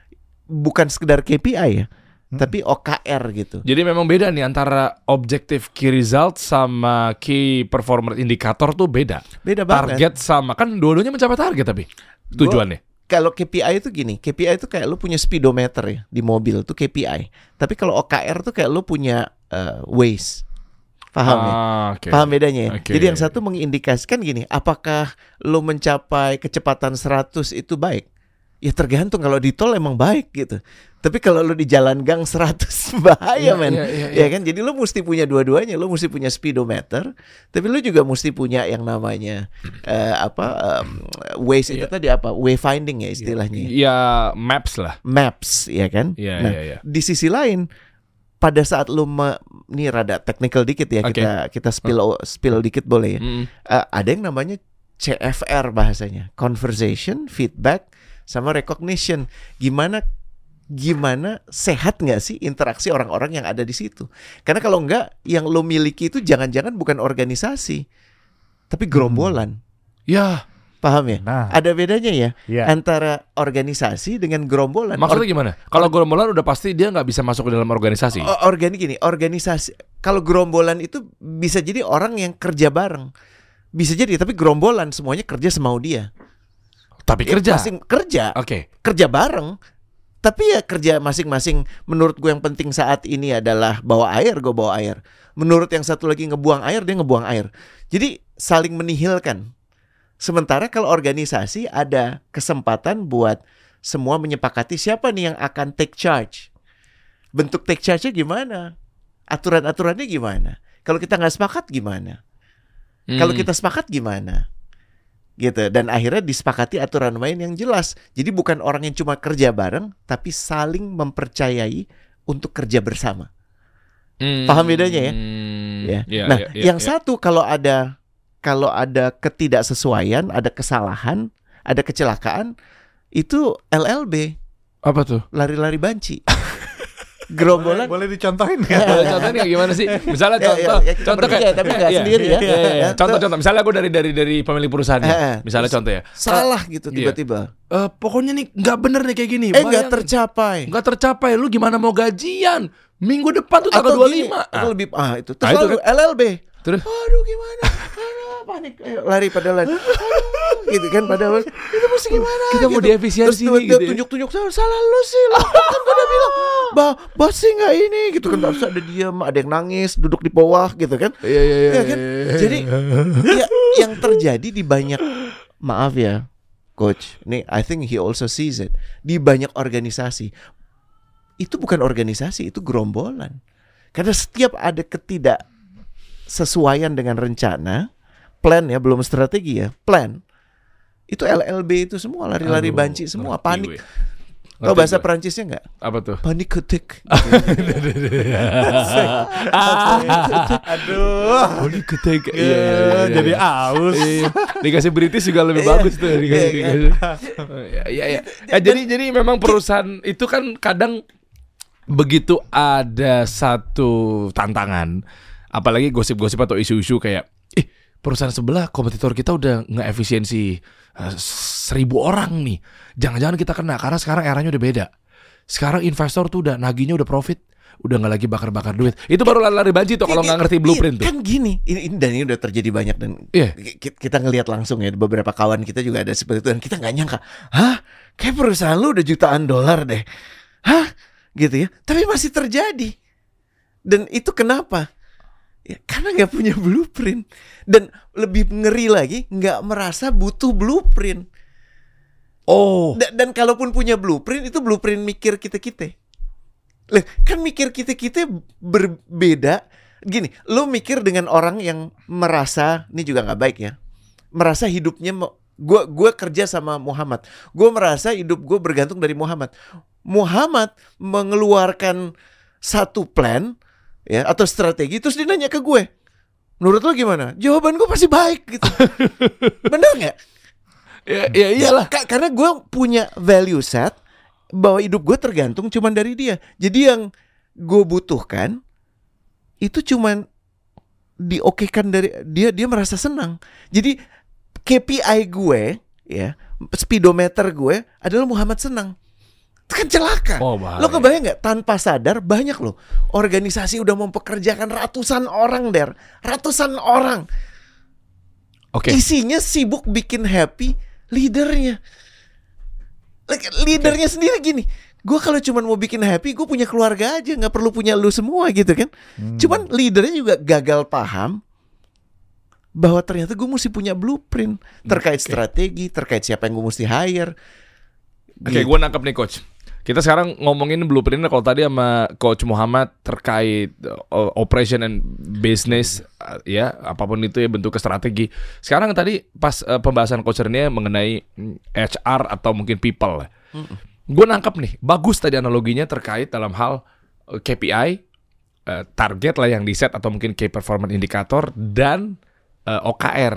Bukan sekedar K P I ya, Hmm. tapi O K R gitu. Jadi memang beda nih antara objective key result sama key performance indicator tuh beda. Beda banget. Target sama, kan dua-duanya mencapai target tapi tujuannya. Kalau K P I itu gini, K P I itu kayak lu punya speedometer ya di mobil tuh K P I. Tapi kalau O K R tuh kayak lu punya uh, Waze. Paham ya? Ah, oke. Paham bedanya ya? Oke. Jadi yang satu mengindikasikan gini, apakah lu mencapai kecepatan seratus itu baik? Ya tergantung, kalau di tol emang baik gitu. Tapi kalau lu di jalan gang seratus bahaya Iya, men. iya, iya, Ya kan? Jadi lu mesti punya dua-duanya. Lu mesti punya speedometer, tapi lu juga mesti punya yang namanya eh, apa um, Waze itu Iya. tadi apa? Wayfinding ya istilahnya. Ya maps lah. Maps ya kan? Iya, Nah, iya, iya. di sisi lain pada saat lu me, ini rada technical dikit ya, Oke. kita kita spill spill dikit boleh ya. Mm. Eh, ada yang namanya C F R bahasanya, conversation, feedback, sama recognition. Gimana gimana sehat nggak sih interaksi orang-orang yang ada di situ? Karena kalau nggak, yang lo miliki itu jangan-jangan bukan organisasi, tapi gerombolan. Ya, Paham ya? Nah. Ada bedanya ya Ya. antara organisasi dengan gerombolan. maksudnya gimana? Kalau gerombolan udah pasti dia nggak bisa masuk ke dalam organisasi. O- organi gini, organisasi. Kalau gerombolan itu bisa jadi orang yang kerja bareng, bisa jadi, tapi gerombolan semuanya kerja semau dia. Tapi Ya, kerja. masing kerja, Oke. kerja bareng. Tapi ya kerja masing-masing. Menurut gue yang penting saat ini adalah bawa air, gue bawa air. Menurut yang satu lagi ngebuang air, dia ngebuang air. Jadi saling menihilkan. Sementara kalau organisasi ada kesempatan buat semua menyepakati siapa nih yang akan take charge. Bentuk take charge-nya gimana? Aturan-aturannya gimana? Kalau kita nggak sepakat gimana? Hmm. Kalau kita sepakat gimana? Gitu. Dan akhirnya disepakati aturan main yang jelas. Jadi bukan orang yang cuma kerja bareng, tapi saling mempercayai untuk kerja bersama. Hmm. Paham bedanya ya? Ya. Ya, Nah, ya, ya, yang ya. satu kalau ada kalau ada ketidaksesuaian, ada kesalahan, ada kecelakaan, itu L L B, Apa tuh? lari-lari banci. Gerombolan. Boleh dicontohin Ya. nggak? Boleh contohnya nggak gimana sih? Misalnya Ya, contoh, ya, ya, kita contoh bertiga, kayak tapi nggak Iya, sendiri ya. iya, iya, iya. Ya, Contoh, tuh. contoh. Misalnya gue dari dari dari pemilik perusahaannya. Eh, Misalnya terus contoh ya. Salah gitu Iya. tiba-tiba. Eh, pokoknya nih nggak bener nih kayak gini. Eh nggak Bayangin. tercapai. Nggak tercapai. Lu gimana mau gajian? Minggu depan tuh Atau tanggal dua puluh gini, lima. atau lebih ah itu. Terus Nah, itu lalu L L B. Terus Aduh gimana? Aduh panik. Ayo, lari pada lari. Aduh, gitu kan padahal itu mesti gimana? Kita mau gitu. diefisiensi Terus nih, dia gitu ya. tunjuk-tunjuk salah, salah lu sih. Lu kan gue udah bilang, "Bah, bos sih nggak ini." Gitu kan. Terus ada diam, ada yang nangis, duduk di bawah gitu kan. Iya iya iya. Ya kan? Jadi ya, yang terjadi di banyak, maaf ya coach, nih I think he also sees it, di banyak organisasi itu bukan organisasi, itu gerombolan. Karena setiap ada ketidaksesuaian dengan rencana, plan ya, belum strategi ya, plan, itu L L B itu semua lari-lari Aduh, banci semua, ngerti panik. gue. Tahu Ngerti bahasa gue. Perancisnya nggak? Apa tuh? Panic attack. Aduh. Holy ketek. Iya, jadi aus. Iya. Dikasih British juga lebih Iya. bagus tuh. Dikasih, Iya, dikasih. Iya, iya, iya. Eh, jadi jadi memang perusahaan itu kan kadang begitu ada satu tantangan, apalagi gosip-gosip atau isu-isu kayak, ih perusahaan sebelah kompetitor kita udah nggak efisiensi uh, seribu orang nih, jangan-jangan kita kena karena sekarang eranya udah beda. Sekarang investor tuh udah naginya udah profit, udah nggak lagi bakar-bakar duit. Itu baru lari-lari banci tuh kalau nggak ngerti blueprint tuh. Kan gini, ini, ini dan ini udah terjadi banyak dan Iya. ki- kita ngelihat langsung ya, beberapa kawan kita juga ada seperti itu dan kita nggak nyangka, hah, kayak perusahaan lu udah jutaan dolar deh, hah, gitu ya. Tapi masih terjadi. Dan itu kenapa? Ya, karena nggak punya blueprint dan lebih ngeri lagi nggak merasa butuh blueprint. Oh, Da- dan kalaupun punya blueprint, itu blueprint mikir kita-kita. Lah, kan mikir kita-kita berbeda. Gini, lu mikir dengan orang yang merasa, ini juga nggak baik ya, merasa hidupnya mau, gua gua kerja sama Muhammad, gua merasa hidup gua bergantung dari Muhammad. Muhammad mengeluarkan satu plan ya atau strategi, terus dia nanya ke gue, menurut lo gimana? Jawaban gue pasti baik gitu. Bener nggak? ya, ya iyalah. Ya, ka- karena gue punya value set bahwa hidup gue tergantung cuman dari dia. Jadi yang gue butuhkan itu cuman diokekan dari dia, dia merasa senang. Jadi K P I gue ya, speedometer gue adalah Muhammad senang. Itu kan celaka. Oh, bahaya. Lo kebayang nggak, tanpa sadar banyak loh organisasi udah mempekerjakan ratusan orang der, ratusan orang. Oke. Isinya sibuk bikin happy leadernya. Like, leadernya sendiri gini, gue kalau cuma mau bikin happy, gue punya keluarga aja, nggak perlu punya lu semua gitu kan. Hmm. Cuman leadernya juga gagal paham bahwa ternyata gue mesti punya blueprint terkait strategi, terkait siapa yang gue mesti hire. Oke, gue nangkep nih coach. Kita sekarang ngomongin blueprintnya. Kalau tadi sama Coach Muhammad terkait uh, operation and business, uh, ya apapun itu ya bentuk strategi. Sekarang tadi pas uh, pembahasan coachernya mengenai mm, H R atau mungkin people. Gue nangkep nih, bagus tadi analoginya terkait dalam hal uh, K P I, uh, target lah yang di set atau mungkin Key Performance Indicator dan uh, O K R,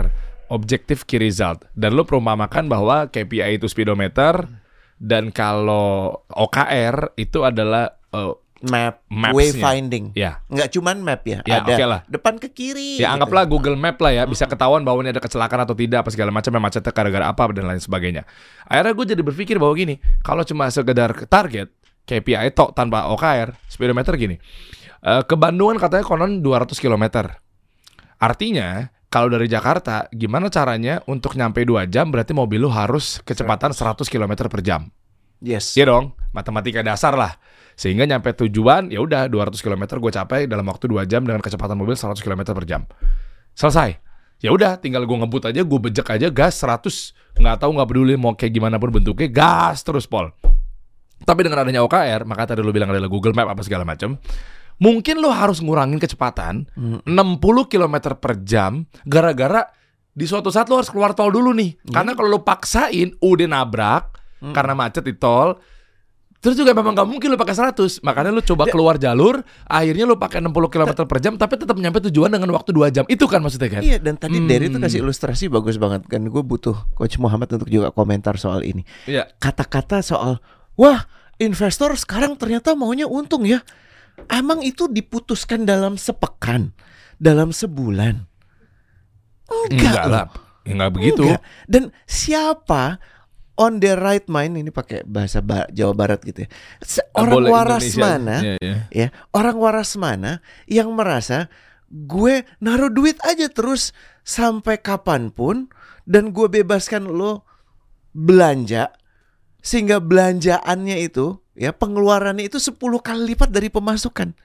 objective key result. Dan lu perumpamakan bahwa K P I itu speedometer, dan kalau O K R itu adalah uh, map, Maps-nya. wayfinding. Ya. Nggak cuman map ya, Ya, ada oke lah. depan ke kiri. Ya gitu. anggaplah Google Map lah ya, bisa ketahuan bahwa ini ada kecelakaan atau tidak, apa segala macam, yang macetnya gara-gara apa dan lain sebagainya. Akhirnya gue jadi berpikir bahwa gini, kalau cuma sekedar target K P I tok tanpa O K R, speedometer gini. Uh, ke Bandungan katanya konon dua ratus kilometer. Artinya kalau dari Jakarta, gimana caranya untuk nyampe dua jam, berarti mobil lu harus kecepatan seratus kilometer per jam. Yes. Iya dong, matematika dasar lah. Sehingga nyampe tujuan, ya udah dua ratus kilometer gue capai dalam waktu dua jam dengan kecepatan mobil seratus kilometer per jam. Selesai. Ya udah, tinggal gue ngebut aja, gue bejek aja gas seratus, nggak tahu nggak peduli mau kayak gimana pun bentuknya, gas terus Pol. Tapi dengan adanya O K R, maka tadi lu bilang adalah Google Map apa segala macam, mungkin lu harus ngurangin kecepatan hmm. enam puluh kilometer per jam gara-gara di suatu saat lu harus keluar tol dulu nih. Hmm. Karena kalau lu paksain udah nabrak hmm. karena macet di tol. Terus juga memang gak mungkin lu pakai seratus. Makanya lu coba keluar jalur, akhirnya lu pakai enam puluh kilometer per jam, tapi tetap nyampe tujuan dengan waktu dua jam. Itu kan maksudnya kan? Iya, dan tadi hmm. Derry itu kasih ilustrasi bagus banget kan. Gue butuh Coach Muhammad untuk juga komentar soal ini. Iya. Kata-kata soal, wah investor sekarang ternyata maunya untung ya. Emang itu diputuskan dalam sepekan, dalam sebulan? Enggak, Enggak lah, enggak begitu. Enggak. Dan siapa on the right mind, ini pakai bahasa ba- Jawa Barat gitu ya, orang Boleh waras Indonesia. mana Ya, ya. ya orang waras mana yang merasa gue naruh duit aja terus sampai kapanpun dan gue bebaskan lo belanja sehingga belanjaannya itu ya pengeluarannya itu sepuluh kali lipat dari pemasukan.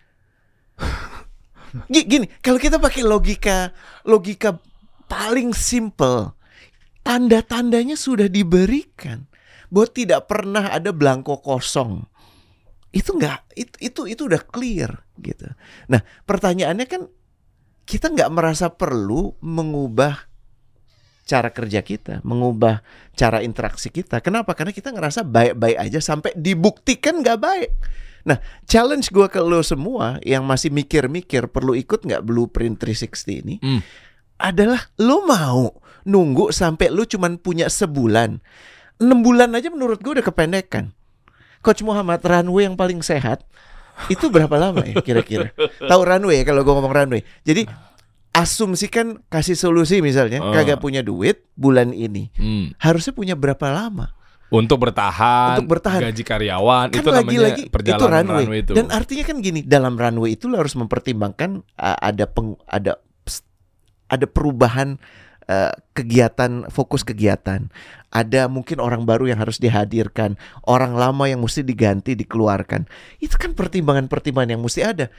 Gini, kalau kita pakai logika logika paling simple, tanda-tandanya sudah diberikan bahwa tidak pernah ada belangko kosong. Itu enggak, itu itu itu udah clear gitu. Nah, pertanyaannya kan kita nggak merasa perlu mengubah cara kerja kita, mengubah cara interaksi kita. Kenapa? Karena kita ngerasa baik-baik aja sampai dibuktikan nggak baik. Nah, challenge gue ke lo semua yang masih mikir-mikir perlu ikut nggak Blueprint tiga enam nol ini hmm. adalah lo mau nunggu sampai lu cuman punya sebulan. enam bulan aja menurut gue udah kependekan. Coach Muhammad, runway yang paling sehat itu berapa lama ya kira-kira? Tahu runway ya kalau gue ngomong runway. Jadi asumsikan kasih solusi misalnya, uh. kagak punya duit bulan ini. Hmm. Harusnya punya berapa lama? Untuk bertahan, Untuk bertahan. gaji karyawan, kan itu lagi, namanya lagi, perjalanan itu runway. runway itu. Dan artinya kan gini, dalam runway itu lu harus mempertimbangkan uh, ada peng, ada ada perubahan Uh, kegiatan, fokus kegiatan. Ada mungkin orang baru yang harus dihadirkan, orang lama yang mesti diganti, dikeluarkan. Itu kan pertimbangan-pertimbangan yang mesti ada.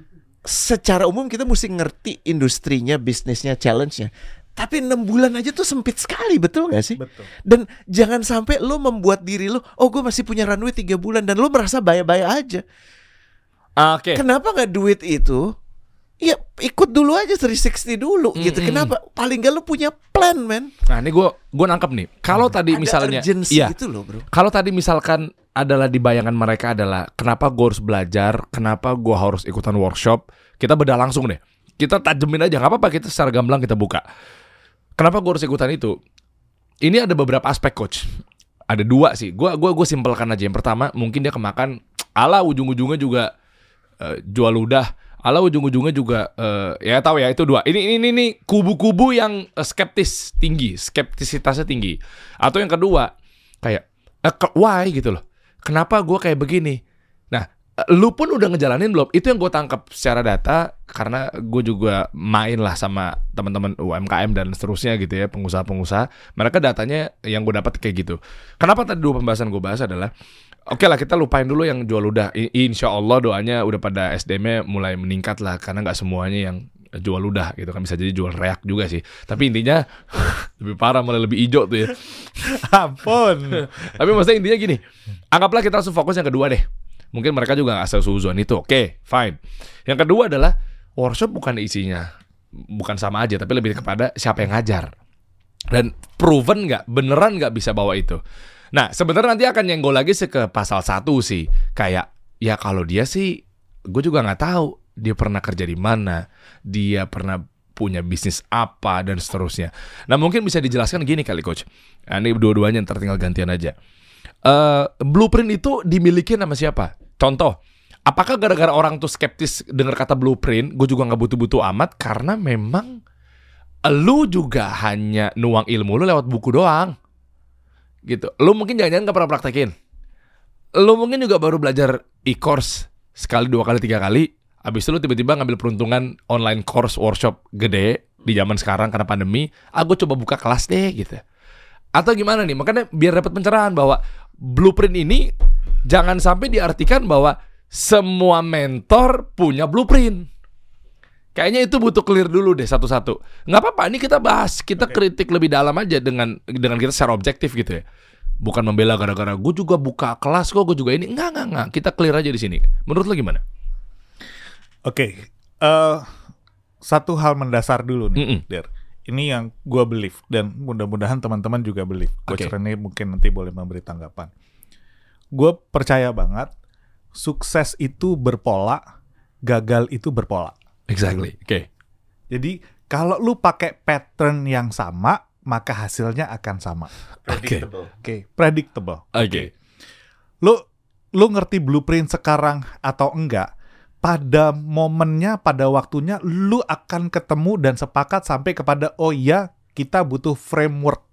Secara umum kita mesti ngerti industrinya, bisnisnya, challenge-nya. Tapi enam bulan aja tuh sempit sekali, betul gak sih? Betul. Dan jangan sampai lo membuat diri lo, oh gue masih punya runway tiga bulan, dan lo merasa bayar-bayar aja. Oke. Okay. Kenapa gak duit itu ya ikut dulu aja tiga enam nol dulu mm-hmm. gitu. Kenapa? Paling gak lu punya plan, man. Nah, ini gue gue nangkep nih. Kalau hmm. tadi ada misalnya iya. gitu loh, bro. Kalau tadi misalkan adalah di bayangan mereka adalah kenapa gue harus belajar, kenapa gue harus ikutan workshop, kita bedah langsung deh. Kita tajemin aja, enggak apa-apa, kita secara gamblang kita buka. Kenapa gue harus ikutan itu? Ini ada beberapa aspek, coach. Ada dua sih. Gue gue gue simpelkan aja. Yang pertama, mungkin dia kemakan ala ujung-ujungnya juga uh, jual ludah. Ala ujung-ujungnya juga uh, ya tahu ya itu dua. Ini ini ini kubu-kubu yang uh, skeptis tinggi, skeptisitasnya tinggi. Atau yang kedua kayak uh, why gitu loh. Kenapa gue kayak begini? Nah, uh, lu pun udah ngejalanin belum? Itu yang gue tangkap secara data karena gue juga main lah sama teman-teman U M K M dan seterusnya gitu ya, pengusaha-pengusaha. Mereka datanya yang gue dapat kayak gitu. Kenapa tadi dua pembahasan gue bahas adalah oke lah, kita lupain dulu yang jual ludah. Insya Allah doanya udah pada S D M-nya mulai meningkat lah. Karena gak semuanya yang jual ludah gitu kan. Bisa jadi jual reak juga sih. Tapi intinya lebih parah, malah lebih hijau tuh ya. Ampun. Tapi maksudnya intinya gini, anggaplah kita langsung fokus yang kedua deh. Mungkin mereka juga gak asal suzon itu. Oke, fine. Yang kedua adalah workshop bukan isinya, bukan sama aja, tapi lebih kepada siapa yang ngajar. Dan proven gak, beneran gak bisa bawa itu. Nah, sebenarnya nanti akan nyenggol lagi sih ke pasal satu sih. Kayak, ya kalau dia sih, gue juga gak tahu dia pernah kerja di mana, dia pernah punya bisnis apa, dan seterusnya. Nah mungkin bisa dijelaskan gini kali Coach. Nah, ini dua-duanya ntar tinggal gantian aja. Uh, blueprint itu dimiliki sama siapa? Contoh, apakah gara-gara orang tuh skeptis dengar kata blueprint, gue juga nggak butuh-butuh amat karena memang lu juga hanya nuang ilmu lu lewat buku doang, gitu. Lu mungkin jangan-jangan nggak pernah praktekin. Lu mungkin juga baru belajar e-course sekali, dua kali, tiga kali. Abis itu lu tiba-tiba ngambil peruntungan online course workshop gede di zaman sekarang karena pandemi. Aku coba buka kelas deh gitu. Atau gimana nih? Makanya biar dapat pencerahan bahwa blueprint ini jangan sampai diartikan bahwa semua mentor punya blueprint. Kayaknya itu butuh clear dulu deh satu-satu. Nggak apa-apa, ini kita bahas, kita okay. kritik lebih dalam aja dengan dengan kita secara objektif gitu ya. Bukan membela gara-gara gue juga buka kelas kok, gue juga ini. Enggak, enggak, enggak. Kita clear aja di sini. Menurut lo gimana? Oke, okay. uh, satu hal mendasar dulu nih, Mm-mm. Der. Ini yang gue believe dan mudah-mudahan teman-teman juga believe. Coach Okay. Rene mungkin nanti boleh memberi tanggapan. Gue percaya banget sukses itu berpola, gagal itu berpola. Exactly. Oke. Okay. Jadi kalau lu pakai pattern yang sama, maka hasilnya akan sama. Predictable. Oke, okay. Predictable. Oke. Okay. Lu lu ngerti blueprint sekarang atau enggak? Pada momennya, pada waktunya, lu akan ketemu dan sepakat sampai kepada, oh iya, kita butuh framework.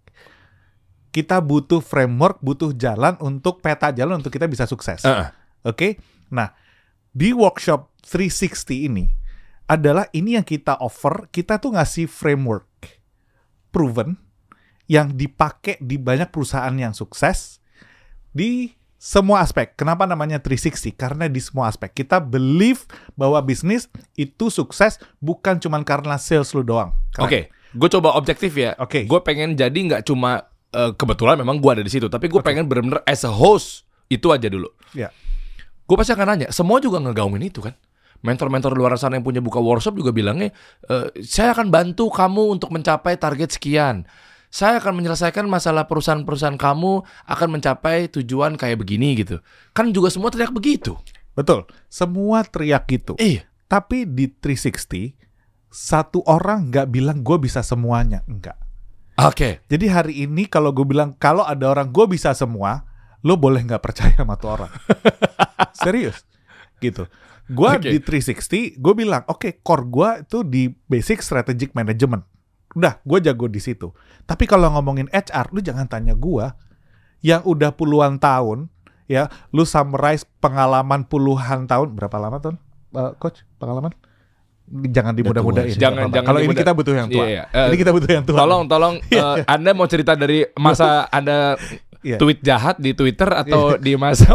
Kita butuh framework, butuh jalan untuk peta jalan untuk kita bisa sukses. Uh-uh. Oke? Okay? Nah, di workshop tiga enam nol ini, adalah ini yang kita offer, kita tuh ngasih framework proven, yang dipakai di banyak perusahaan yang sukses, di semua aspek. Kenapa namanya tiga enam nol? Karena di semua aspek. Kita believe bahwa bisnis itu sukses bukan cuma karena sales lu doang. Oke, okay. Gue coba objektif ya. Oke. Okay. Gue pengen jadi nggak cuma uh, kebetulan memang gue ada di situ, tapi gue okay. pengen benar-benar as a host itu aja dulu. Ya. Yeah. Gue pasti akan nanya. Semua juga ngegaungin itu kan. Mentor-mentor luar sana yang punya buka workshop juga bilangnya, e, saya akan bantu kamu untuk mencapai target sekian. Saya akan menyelesaikan masalah perusahaan-perusahaan kamu akan mencapai tujuan kayak begini gitu. Kan juga semua teriak begitu. Betul. Semua teriak gitu. Iya. Tapi di tiga enam nol, satu orang nggak bilang gue bisa semuanya. Enggak. Oke. Okay. Jadi hari ini kalau gue bilang, kalau ada orang gue bisa semua, lo boleh nggak percaya sama tuh orang. Serius. Gitu. Gue okay. di tiga enam nol, gue bilang, oke, okay, core gue itu di basic strategic management. Udah, gue jago di situ. Tapi kalau ngomongin H R, lu jangan tanya gue yang udah puluhan tahun, ya, lu summarize pengalaman puluhan tahun, berapa lama tuh, uh, Coach, pengalaman? Jangan dimudah-mudahin. Jangan, jangan. Kalau ini kita butuh yang tua. Iya, iya. Uh, ini kita butuh yang tua. Tolong, tolong. uh, Anda mau cerita dari masa Anda yeah. tweet jahat di Twitter atau di masa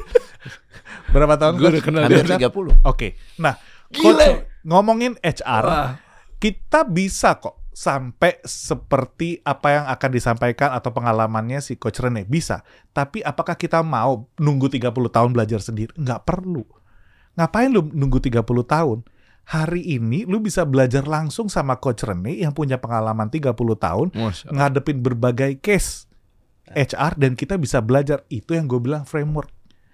berapa tahun? Gue udah kenal hampir dia. tiga puluh. Oke. Okay. Nah, Coach, ngomongin H R, Wah. kita bisa kok sampai seperti apa yang akan disampaikan atau pengalamannya si Coach Rene. Bisa. Tapi apakah kita mau nunggu tiga puluh tahun belajar sendiri? Nggak perlu. Ngapain lu nunggu tiga puluh tahun? Hari ini lu bisa belajar langsung sama Coach Rene yang punya pengalaman tiga puluh tahun, ngadepin berbagai case H R, dan kita bisa belajar. Itu yang gue bilang framework.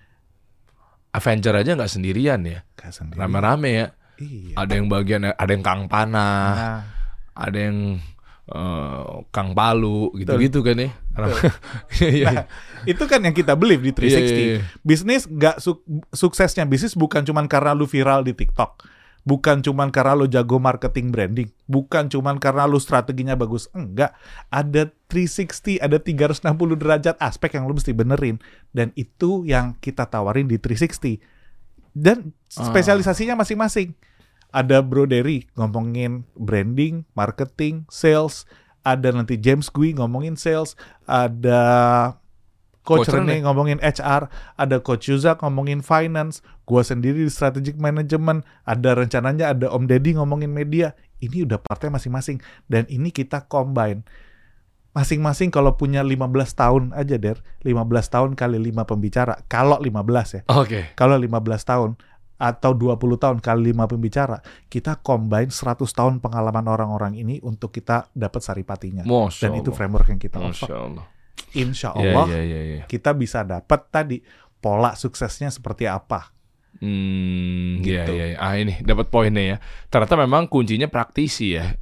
Avenger aja nggak sendirian ya, sendirian. rame-rame ya. Iya. Ada yang bagian, ada yang Kang Panah, Nah. ada yang uh, Kang Palu, gitu-gitu kan ya. Nah, itu kan yang kita believe di tiga enam nol. Iya, iya, iya. Bisnis nggak su- suksesnya bisnis bukan cuma karena lu viral di TikTok, bukan cuma karena lu jago marketing branding, bukan cuma karena lu strateginya bagus. Enggak, ada tiga enam nol, ada tiga ratus enam puluh derajat aspek yang lu mesti benerin, dan itu yang kita tawarin di tiga enam nol. Dan spesialisasinya masing-masing. Ada Bro Derry ngomongin branding, marketing, sales. Ada nanti James Gui ngomongin sales. Ada Coach, Coach Rene ngomongin H R. Ada Coach Yuzak ngomongin finance. Gua sendiri di strategic management. Ada rencananya ada Om Deddy ngomongin media. Ini udah partai masing-masing. Dan ini kita combine. Masing-masing kalau punya lima belas tahun aja, Der. lima belas tahun kali lima pembicara. Kalau lima belas ya. Oke. Okay. Kalau lima belas tahun. Atau dua puluh tahun kali lima pembicara, kita combine seratus tahun pengalaman orang-orang ini untuk kita dapat saripatinya. Masya Dan Allah. itu framework yang kita Masya offer. Allah. Insya Allah yeah, yeah, yeah, yeah. kita bisa dapat tadi pola suksesnya seperti apa. Hmm, Gitu. iya, iya. Ah ini dapat poinnya ya. Ternyata memang kuncinya praktisi ya.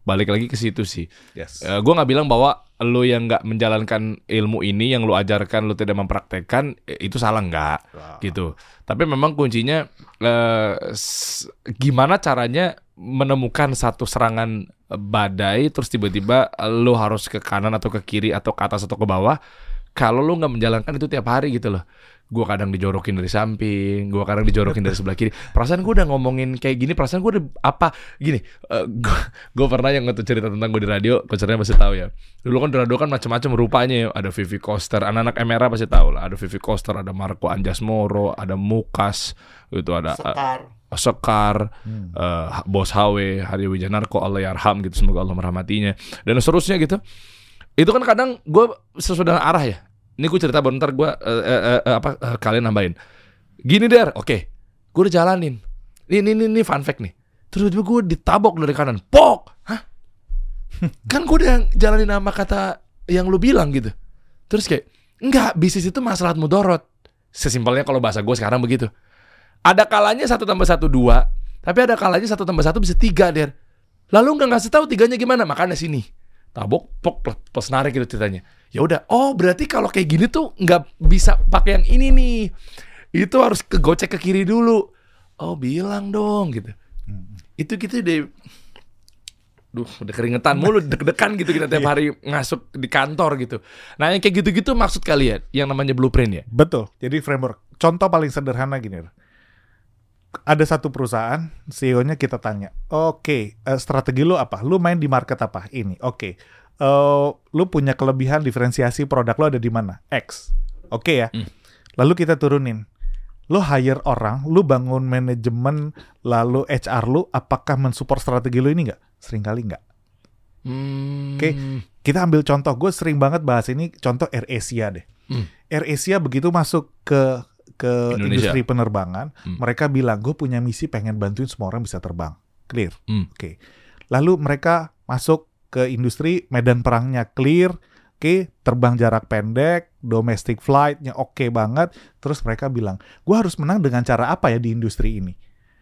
balik lagi ke situ sih. Yes. Uh, gue nggak bilang bahwa lo yang nggak menjalankan ilmu ini, yang lo ajarkan, lo tidak mempraktekkan, eh, itu salah, nggak Wow. gitu. Tapi memang kuncinya uh, s- gimana caranya menemukan satu serangan badai, terus tiba-tiba lo harus ke kanan atau ke kiri atau ke atas atau ke bawah. Kalau lo nggak menjalankan itu tiap hari gitu loh. Gue kadang dijorokin dari samping, gue kadang dijorokin dari sebelah kiri. Perasaan gue udah ngomongin kayak gini, perasaan gue udah apa gini. Uh, gue pernah yang ngetu cerita tentang gue di radio, coachernya pasti tahu ya. Dulu kan di radio kan macam-macam rupanya ya. Ada Vivi Koster, anak-anak M R A pasti tahu lah. Ada Vivi Koster, ada Marco Anjasmoro, ada Mukas, itu ada Sekar. uh, Sekar, Hmm. uh, Bos H W, Hari Wijanarko, Allah yarham gitu, semoga Allah merahmatinya, dan seterusnya gitu. Itu kan kadang gue sesudah arah ya. Ini gue cerita bentar, gue uh, uh, uh, apa uh, kalian nambahin. Gini der, oke, gue udah jalanin. Ini ini ini fun fact nih. Terus tiba gue ditabok dari kanan, pok, hah? Kan gue udah jalanin nama kata yang lu bilang gitu. Terus kayak, enggak, bisnis itu masalah mudorot. Sesimpelnya kalau bahasa gue sekarang begitu. Ada kalanya satu tambah satu dua, tapi ada kalanya satu tambah satu bisa tiga der. Lalu nggak ngasih tahu tiganya gimana, makanya sini. Tabok, pok, plus narik gitu ceritanya. Ya udah, oh berarti kalau kayak gini tuh nggak bisa pakai yang ini nih. Itu harus kegocek ke kiri dulu. Oh bilang dong gitu. Itu gitu deh. Duh, udah keringetan mulu, deg-degan gitu kita tiap hari ngasuk di kantor gitu. Nah yang kayak gitu-gitu maksud kalian, yang namanya blueprint ya? Betul. Jadi framework. Contoh paling sederhana gini. Ada satu perusahaan, C E O-nya kita tanya, oke, eh, strategi lu apa? Lu main di market apa? Ini, oke. Eh, lu punya kelebihan diferensiasi produk lu ada di mana? X. Oke ya. Hmm. Lalu kita turunin. Lu hire orang, lu bangun manajemen, lalu H R lu, apakah mensupport strategi lu ini nggak? Seringkali nggak. Hmm. Oke. Kita ambil contoh, gue sering banget bahas ini, contoh AirAsia deh. Hmm. AirAsia begitu masuk ke ke Indonesia. industri penerbangan, Hmm. mereka bilang, gue punya misi pengen bantuin semua orang bisa terbang. Clear. Hmm. Oke. Lalu mereka masuk ke industri medan perangnya clear. Oke, terbang jarak pendek, domestic flight-nya oke banget. Terus mereka bilang, gue harus menang dengan cara apa ya di industri ini?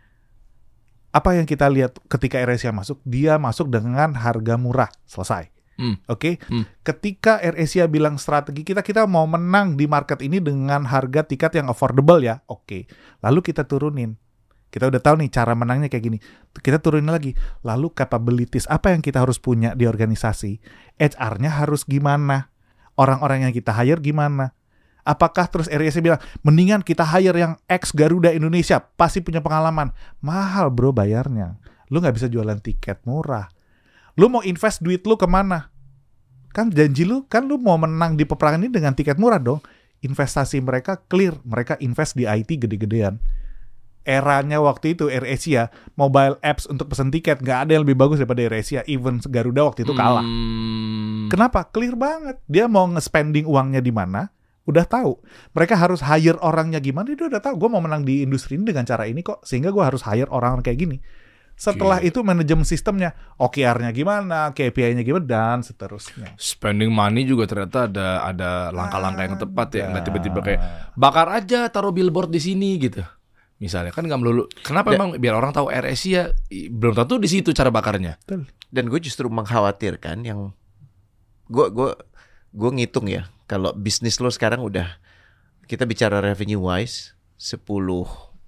Apa yang kita lihat ketika AirAsia masuk? Dia masuk dengan harga murah. Selesai. Hmm. Oke, Hmm. ketika AirAsia bilang strategi kita, kita mau menang di market ini dengan harga tiket yang affordable ya, oke. Lalu kita turunin. Kita udah tahu nih cara menangnya kayak gini. Kita turunin lagi. Lalu capabilities, apa yang kita harus punya di organisasi? H R-nya harus gimana? Orang-orang yang kita hire gimana? Apakah terus AirAsia bilang, mendingan kita hire yang ex Garuda Indonesia, pasti punya pengalaman. Mahal bro bayarnya. Lu gak bisa jualan tiket murah. Lu mau invest duit lu kemana? Kan janji lu, kan lu mau menang di peperangan ini dengan tiket murah dong. Investasi mereka clear, mereka invest di I T gede-gedean. Eranya waktu itu AirAsia, mobile apps untuk pesen tiket, gak ada yang lebih bagus daripada AirAsia. Even Garuda waktu itu kalah. Hmm. Kenapa? Clear banget. Dia mau nge-spending uangnya di mana, udah tahu. Mereka harus hire orangnya gimana, dia udah tahu. Gue mau menang di industri ini dengan cara ini kok, sehingga gue harus hire orang kayak gini. Setelah Oke. itu manajemen sistemnya, O K R-nya gimana, K P I-nya gimana, dan seterusnya. Spending money juga ternyata ada ada langkah-langkah yang tepat ya, nggak Ada. tiba-tiba kayak bakar aja taruh billboard di sini gitu. Misalnya kan nggak melulu. Kenapa Da- emang biar orang tahu AirAsia i- belum tentu di situ cara bakarnya. Betul. Dan gue justru mengkhawatirkan yang gue gue gue ngitung ya, kalau bisnis lo sekarang udah, kita bicara revenue wise sepuluh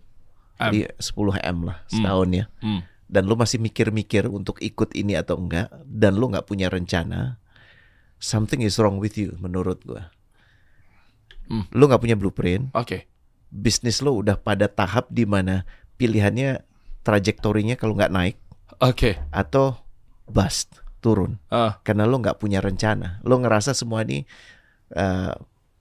M. di sepuluh M lah setahun ya. Hmm. Dan lo masih mikir-mikir untuk ikut ini atau enggak, dan lo nggak punya rencana, something is wrong with you menurut gue. Hmm. Lo nggak punya blueprint, Oke. bisnis lo udah pada tahap di mana pilihannya trajektorinya kalau nggak naik Oke. atau bust, turun. Ah. Karena lo nggak punya rencana, lo ngerasa semua ini uh,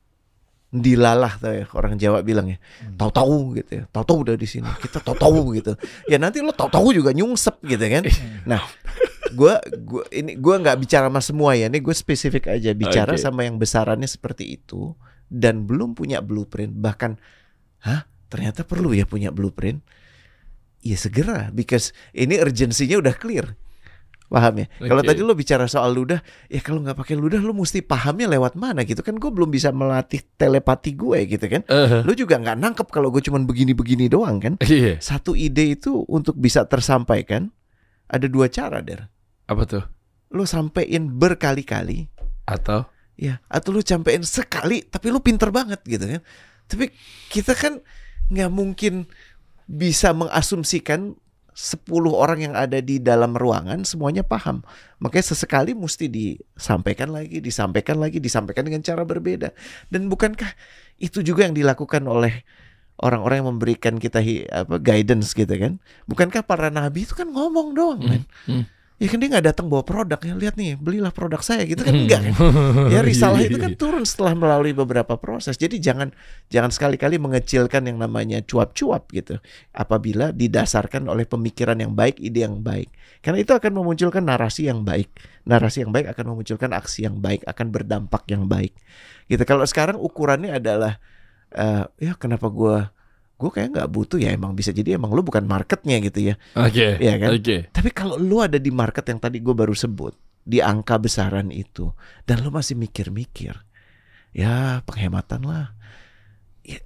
dilalah tuh ya, orang Jawa bilang ya, tahu-tahu gitu ya, tahu-tahu udah di sini, kita tahu-tahu gitu. Ya nanti lo tahu-tahu juga nyungsep gitu kan. Nah, gue gua ini gue nggak bicara sama semua ya, ini gue spesifik aja bicara Oke. sama yang besarannya seperti itu dan belum punya blueprint, bahkan, hah ternyata perlu ya punya blueprint. Ya segera, because ini urgensinya udah clear. Paham ya? Kalau Oke. tadi lo bicara soal ludah, ya kalau nggak pakai ludah lo mesti pahamnya lewat mana gitu kan? Gue belum bisa melatih telepati gue gitu kan? Eh. Lo juga nggak nangkep kalau gue cuman begini-begini doang kan? Iya. Satu ide itu untuk bisa tersampaikan ada dua cara, Der. Apa tuh? Lu sampein berkali-kali. Atau? Ya, atau lu sampein sekali tapi lu pinter banget gitu kan. Tapi kita kan nggak mungkin bisa mengasumsikan sepuluh orang yang ada di dalam ruangan semuanya paham. Makanya sesekali mesti disampaikan lagi, disampaikan lagi, disampaikan dengan cara berbeda. Dan bukankah itu juga yang dilakukan oleh orang-orang yang memberikan kita hi, apa guidance gitu kan? Bukankah para nabi itu kan ngomong doang kan? Hmm. Hmm. Ya kan dia nggak datang bawa produknya, lihat nih belilah produk saya gitu kan, enggak kan? Ya risalah itu kan turun setelah melalui beberapa proses. Jadi jangan jangan sekali-kali mengecilkan yang namanya cuap-cuap gitu. Apabila didasarkan oleh pemikiran yang baik, ide yang baik. Karena itu akan memunculkan narasi yang baik. Narasi yang baik akan memunculkan aksi yang baik, akan berdampak yang baik. Gitu. Kalau sekarang ukurannya adalah uh, ya kenapa gue gue kayak nggak butuh, ya emang bisa jadi emang lu bukan marketnya gitu ya. Oke. Okay. Ya kan. Oke. Okay. Tapi kalau lu ada di market yang tadi gue baru sebut, di angka besaran itu, dan lu masih mikir-mikir, ya penghematan lah. Ya,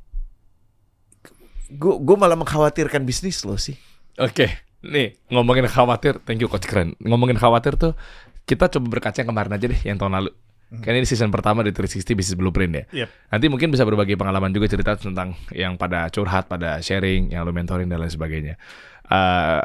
gue gue malah mengkhawatirkan bisnis lo sih. Oke. Okay. Nih ngomongin khawatir, thank you coach keren. Ngomongin khawatir tuh, kita coba berkaca yang kemarin aja deh, yang tahun lalu. Karena ini season pertama di tiga enam nol Business Blueprint ya. Yep. Nanti mungkin bisa berbagi pengalaman juga, cerita tentang yang pada curhat, pada sharing, yang lo mentoring dan lain sebagainya. Uh,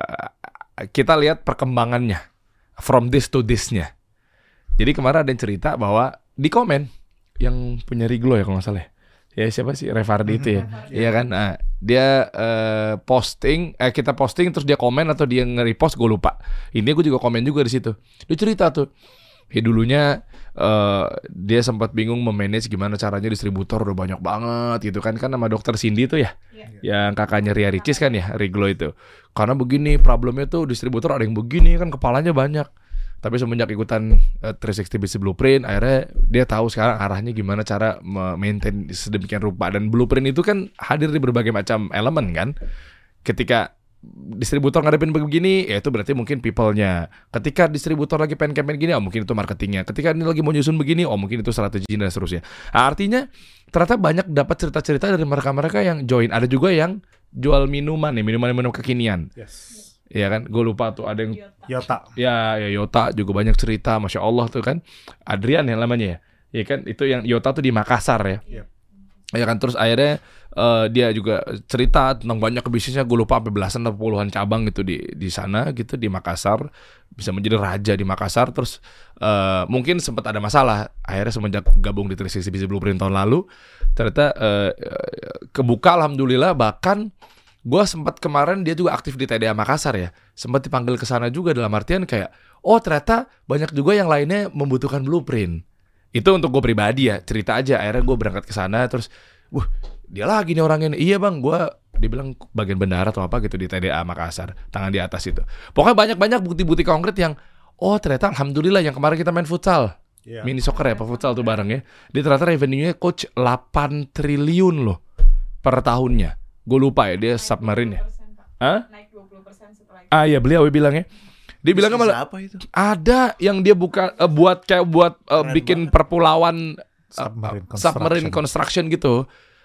kita lihat perkembangannya from this to this-nya. Jadi kemarin ada yang cerita bahwa di komen yang punya Riglo ya kalau nggak salah. Ya siapa sih, Revardi itu ya. Iya kan? Nah, dia uh, posting, eh kita posting terus dia komen atau dia nge-repost, gue lupa. Ini gue juga komen juga di situ. Dia cerita tuh. Ya dulunya uh, dia sempat bingung memanage gimana caranya distributor udah banyak banget gitu kan. Kan nama dokter Cindy itu ya, yeah. Yang kakaknya Ria Ricis kan ya, Riglo itu. Karena begini problemnya tuh, distributor ada yang begini kan, kepalanya banyak. Tapi semenjak ikutan uh, tiga enam nol Business Blueprint, akhirnya dia tahu sekarang arahnya gimana cara maintain sedemikian rupa. Dan blueprint itu kan hadir di berbagai macam elemen kan. Ketika distributor ngadepin begini, ya itu berarti mungkin people-nya. Ketika distributor lagi pengen campaign gini, oh mungkin itu marketingnya. Ketika ini lagi mau nyusun begini, oh mungkin itu strategi dan seterusnya. Nah, artinya ternyata banyak dapat cerita-cerita dari mereka-mereka yang join. Ada juga yang jual minuman nih, minuman-minuman kekinian. Yes. Iya kan, gue lupa tuh ada yang Yota. Ya, ya Yota juga banyak cerita, masya Allah tuh kan. Adrian yang namanya ya, ya kan itu yang Yota tuh di Makassar ya. Yep. Ya kan, terus akhirnya uh, dia juga cerita tentang banyak bisnisnya, gue lupa sampai belasan atau puluhan cabang gitu di di sana gitu di Makassar, bisa menjadi raja di Makassar. Terus uh, mungkin sempat ada masalah, akhirnya semenjak gabung di tiga enam nol Business Blueprint tahun lalu, ternyata uh, kebuka alhamdulillah. Bahkan gue sempat kemarin dia juga aktif di T D A Makassar ya, sempat dipanggil ke sana juga, dalam artian kayak oh ternyata banyak juga yang lainnya membutuhkan blueprint. Itu untuk gue pribadi ya, cerita aja. Akhirnya gue berangkat ke sana, terus wah dia lagi nih orangnya. Iya bang, gue dibilang bagian bendara atau apa gitu di T D A Makassar, tangan di atas itu. Pokoknya banyak-banyak bukti-bukti konkret yang oh ternyata alhamdulillah yang kemarin kita main futsal, yeah. Mini soccer ya, apa futsal tuh bareng ya. Dia ternyata revenue-nya coach delapan triliun loh per tahunnya. Gue lupa ya, dia submarine ya. Hah? Naik dua puluh persen setelah itu. Ah iya, beliau bilang ya. Dia bilang malah apa itu? Ada yang dia buka uh, buat kayak buat uh, bikin banget. Perpulauan uh, submarine, construction. submarine construction gitu.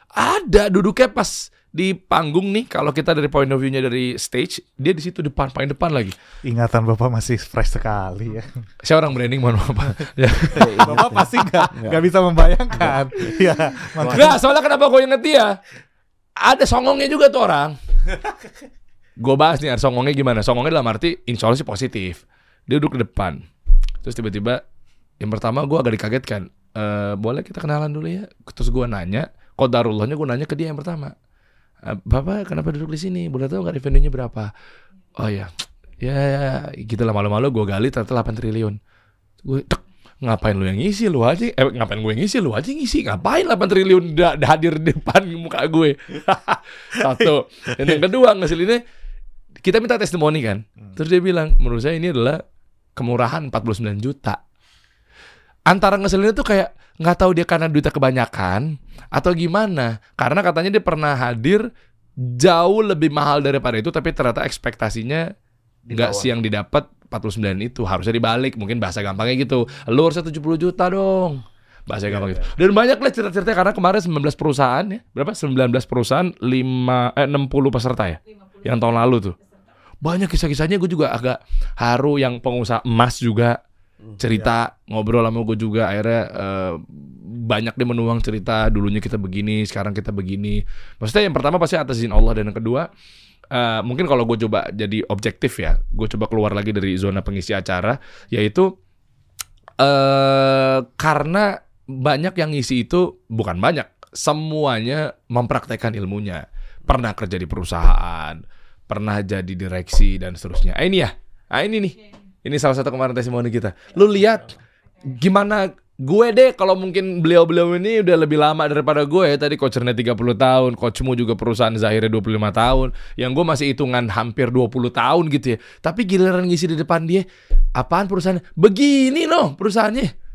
Ada duduknya pas di panggung nih, kalau kita dari point of view-nya dari stage, dia di situ depan, paling depan lagi. Ingatan Bapak masih fresh sekali ya. Saya orang branding, mohon maaf. Ya. Bapak pasti nggak nggak bisa membayangkan. Ya. Nggak, soalnya kenapa gue inget dia? Ada songongnya juga tuh orang. Gue bahas nih, songongnya gimana? Songongnya dalam arti insya Allah sih positif. Dia duduk ke depan. Terus tiba-tiba yang pertama gue agak dikagetkan. E, boleh kita kenalan dulu ya? Terus gue nanya, qadarullahnya gue nanya ke dia yang pertama. E, Bapak kenapa duduk di sini? Boleh tahu nggak revenue-nya berapa? Oh ya, ya gitu lah, malu-malu gue gali ternyata delapan triliun. Gue tek, ngapain lu yang ngisi lu aja? Eh ngapain gue yang ngisi lu aja ngisi? Ngapain delapan triliun da- da- hadir di depan muka gue? Satu. Dan yang kedua ngeselinnya, kita minta testimoni kan. Terus dia bilang, menurut saya ini adalah kemurahan empat puluh sembilan juta. Antara ngeselinnya tuh kayak nggak tahu dia karena duitnya kebanyakan atau gimana. Karena katanya dia pernah hadir jauh lebih mahal daripada itu, tapi ternyata ekspektasinya nggak sih yang didapat empat puluh sembilan itu. Harusnya dibalik, mungkin bahasa gampangnya gitu. Lu harusnya tujuh puluh juta dong. Bahasa yeah, gampang yeah. gitu. Dan banyak lah cerita-cerita, karena kemarin sembilan belas perusahaan ya. Berapa? sembilan belas perusahaan, lima, eh, enam puluh peserta ya. lima puluh. Yang tahun lalu tuh. banyak kisah-kisahnya. Gue juga agak haru, yang pengusaha emas juga cerita, ngobrol sama gue juga. Akhirnya uh, banyak dia menuang cerita, dulunya kita begini, sekarang kita begini. Maksudnya yang pertama pasti atas izin Allah, dan yang kedua uh, mungkin kalau gue coba jadi objektif ya, gue coba keluar lagi dari zona pengisi acara, yaitu uh, karena banyak yang ngisi itu, bukan banyak, semuanya mempraktekkan ilmunya. Pernah kerja di perusahaan, pernah jadi direksi dan seterusnya. Ah, ini ya, ah ini nih, ini salah satu kemarin testimoni kita. Lu lihat gimana gue deh, kalau mungkin beliau-beliau ini udah lebih lama daripada gue ya. Tadi coachernya tiga puluh tahun, coachmu juga perusahaan Zahirnya dua puluh lima tahun, yang gue masih hitungan hampir dua puluh tahun gitu ya. Tapi giliran ngisi di depan dia, apaan perusahaannya? Begini loh perusahaannya.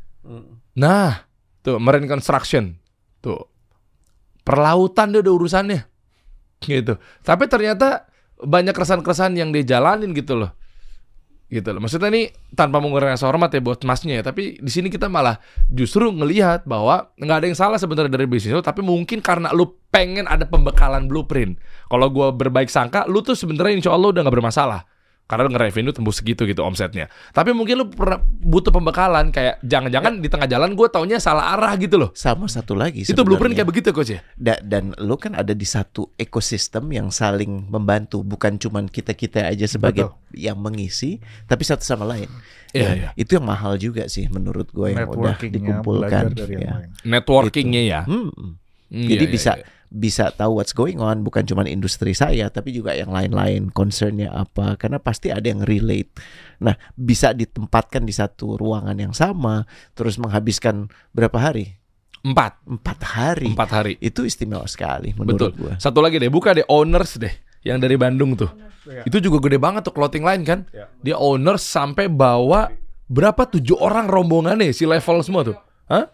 Nah, tuh Marine Construction, tuh perlautan dia udah urusannya, gitu. Tapi ternyata banyak keresahan-keresahan yang dia jalanin gitu loh, gitu loh. Maksudnya ini tanpa mengurangi rasa hormat ya buat masnya ya, tapi di sini kita malah justru ngelihat bahwa nggak ada yang salah sebenarnya dari bisnis lo, tapi mungkin karena lu pengen ada pembekalan blueprint. Kalau gua berbaik sangka, lu tuh sebenarnya insya Allah udah nggak bermasalah. Karena nge-revenue tembus segitu gitu omsetnya. Tapi mungkin lu pernah butuh pembekalan, kayak jangan-jangan di tengah jalan gue taunya salah arah gitu loh. Sama satu lagi itu blueprint kayak begitu coach ya. Da dan lu kan ada di satu ekosistem yang saling membantu, bukan cuman kita-kita aja sebagai Betul. yang mengisi, tapi satu sama lain. Iya, ya, iya. Itu yang mahal juga sih menurut gue, yang udah dikumpulkan. Ya. Networkingnya ya. Hmm. Hmm, Jadi iya, bisa iya, iya. bisa tahu what's going on, bukan cuma industri saya tapi juga yang lain-lain, concernnya apa, karena pasti ada yang relate. Nah, bisa ditempatkan di satu ruangan yang sama, terus menghabiskan berapa hari? Empat Empat hari Empat hari Itu istimewa sekali menurut Betul. gua. Satu lagi deh, buka deh Owners deh, yang dari Bandung tuh. Ya. Itu juga gede banget tuh clothing line kan ya. Dia Owners sampai bawa berapa, tujuh orang rombongannya, si level semua tuh. Hah?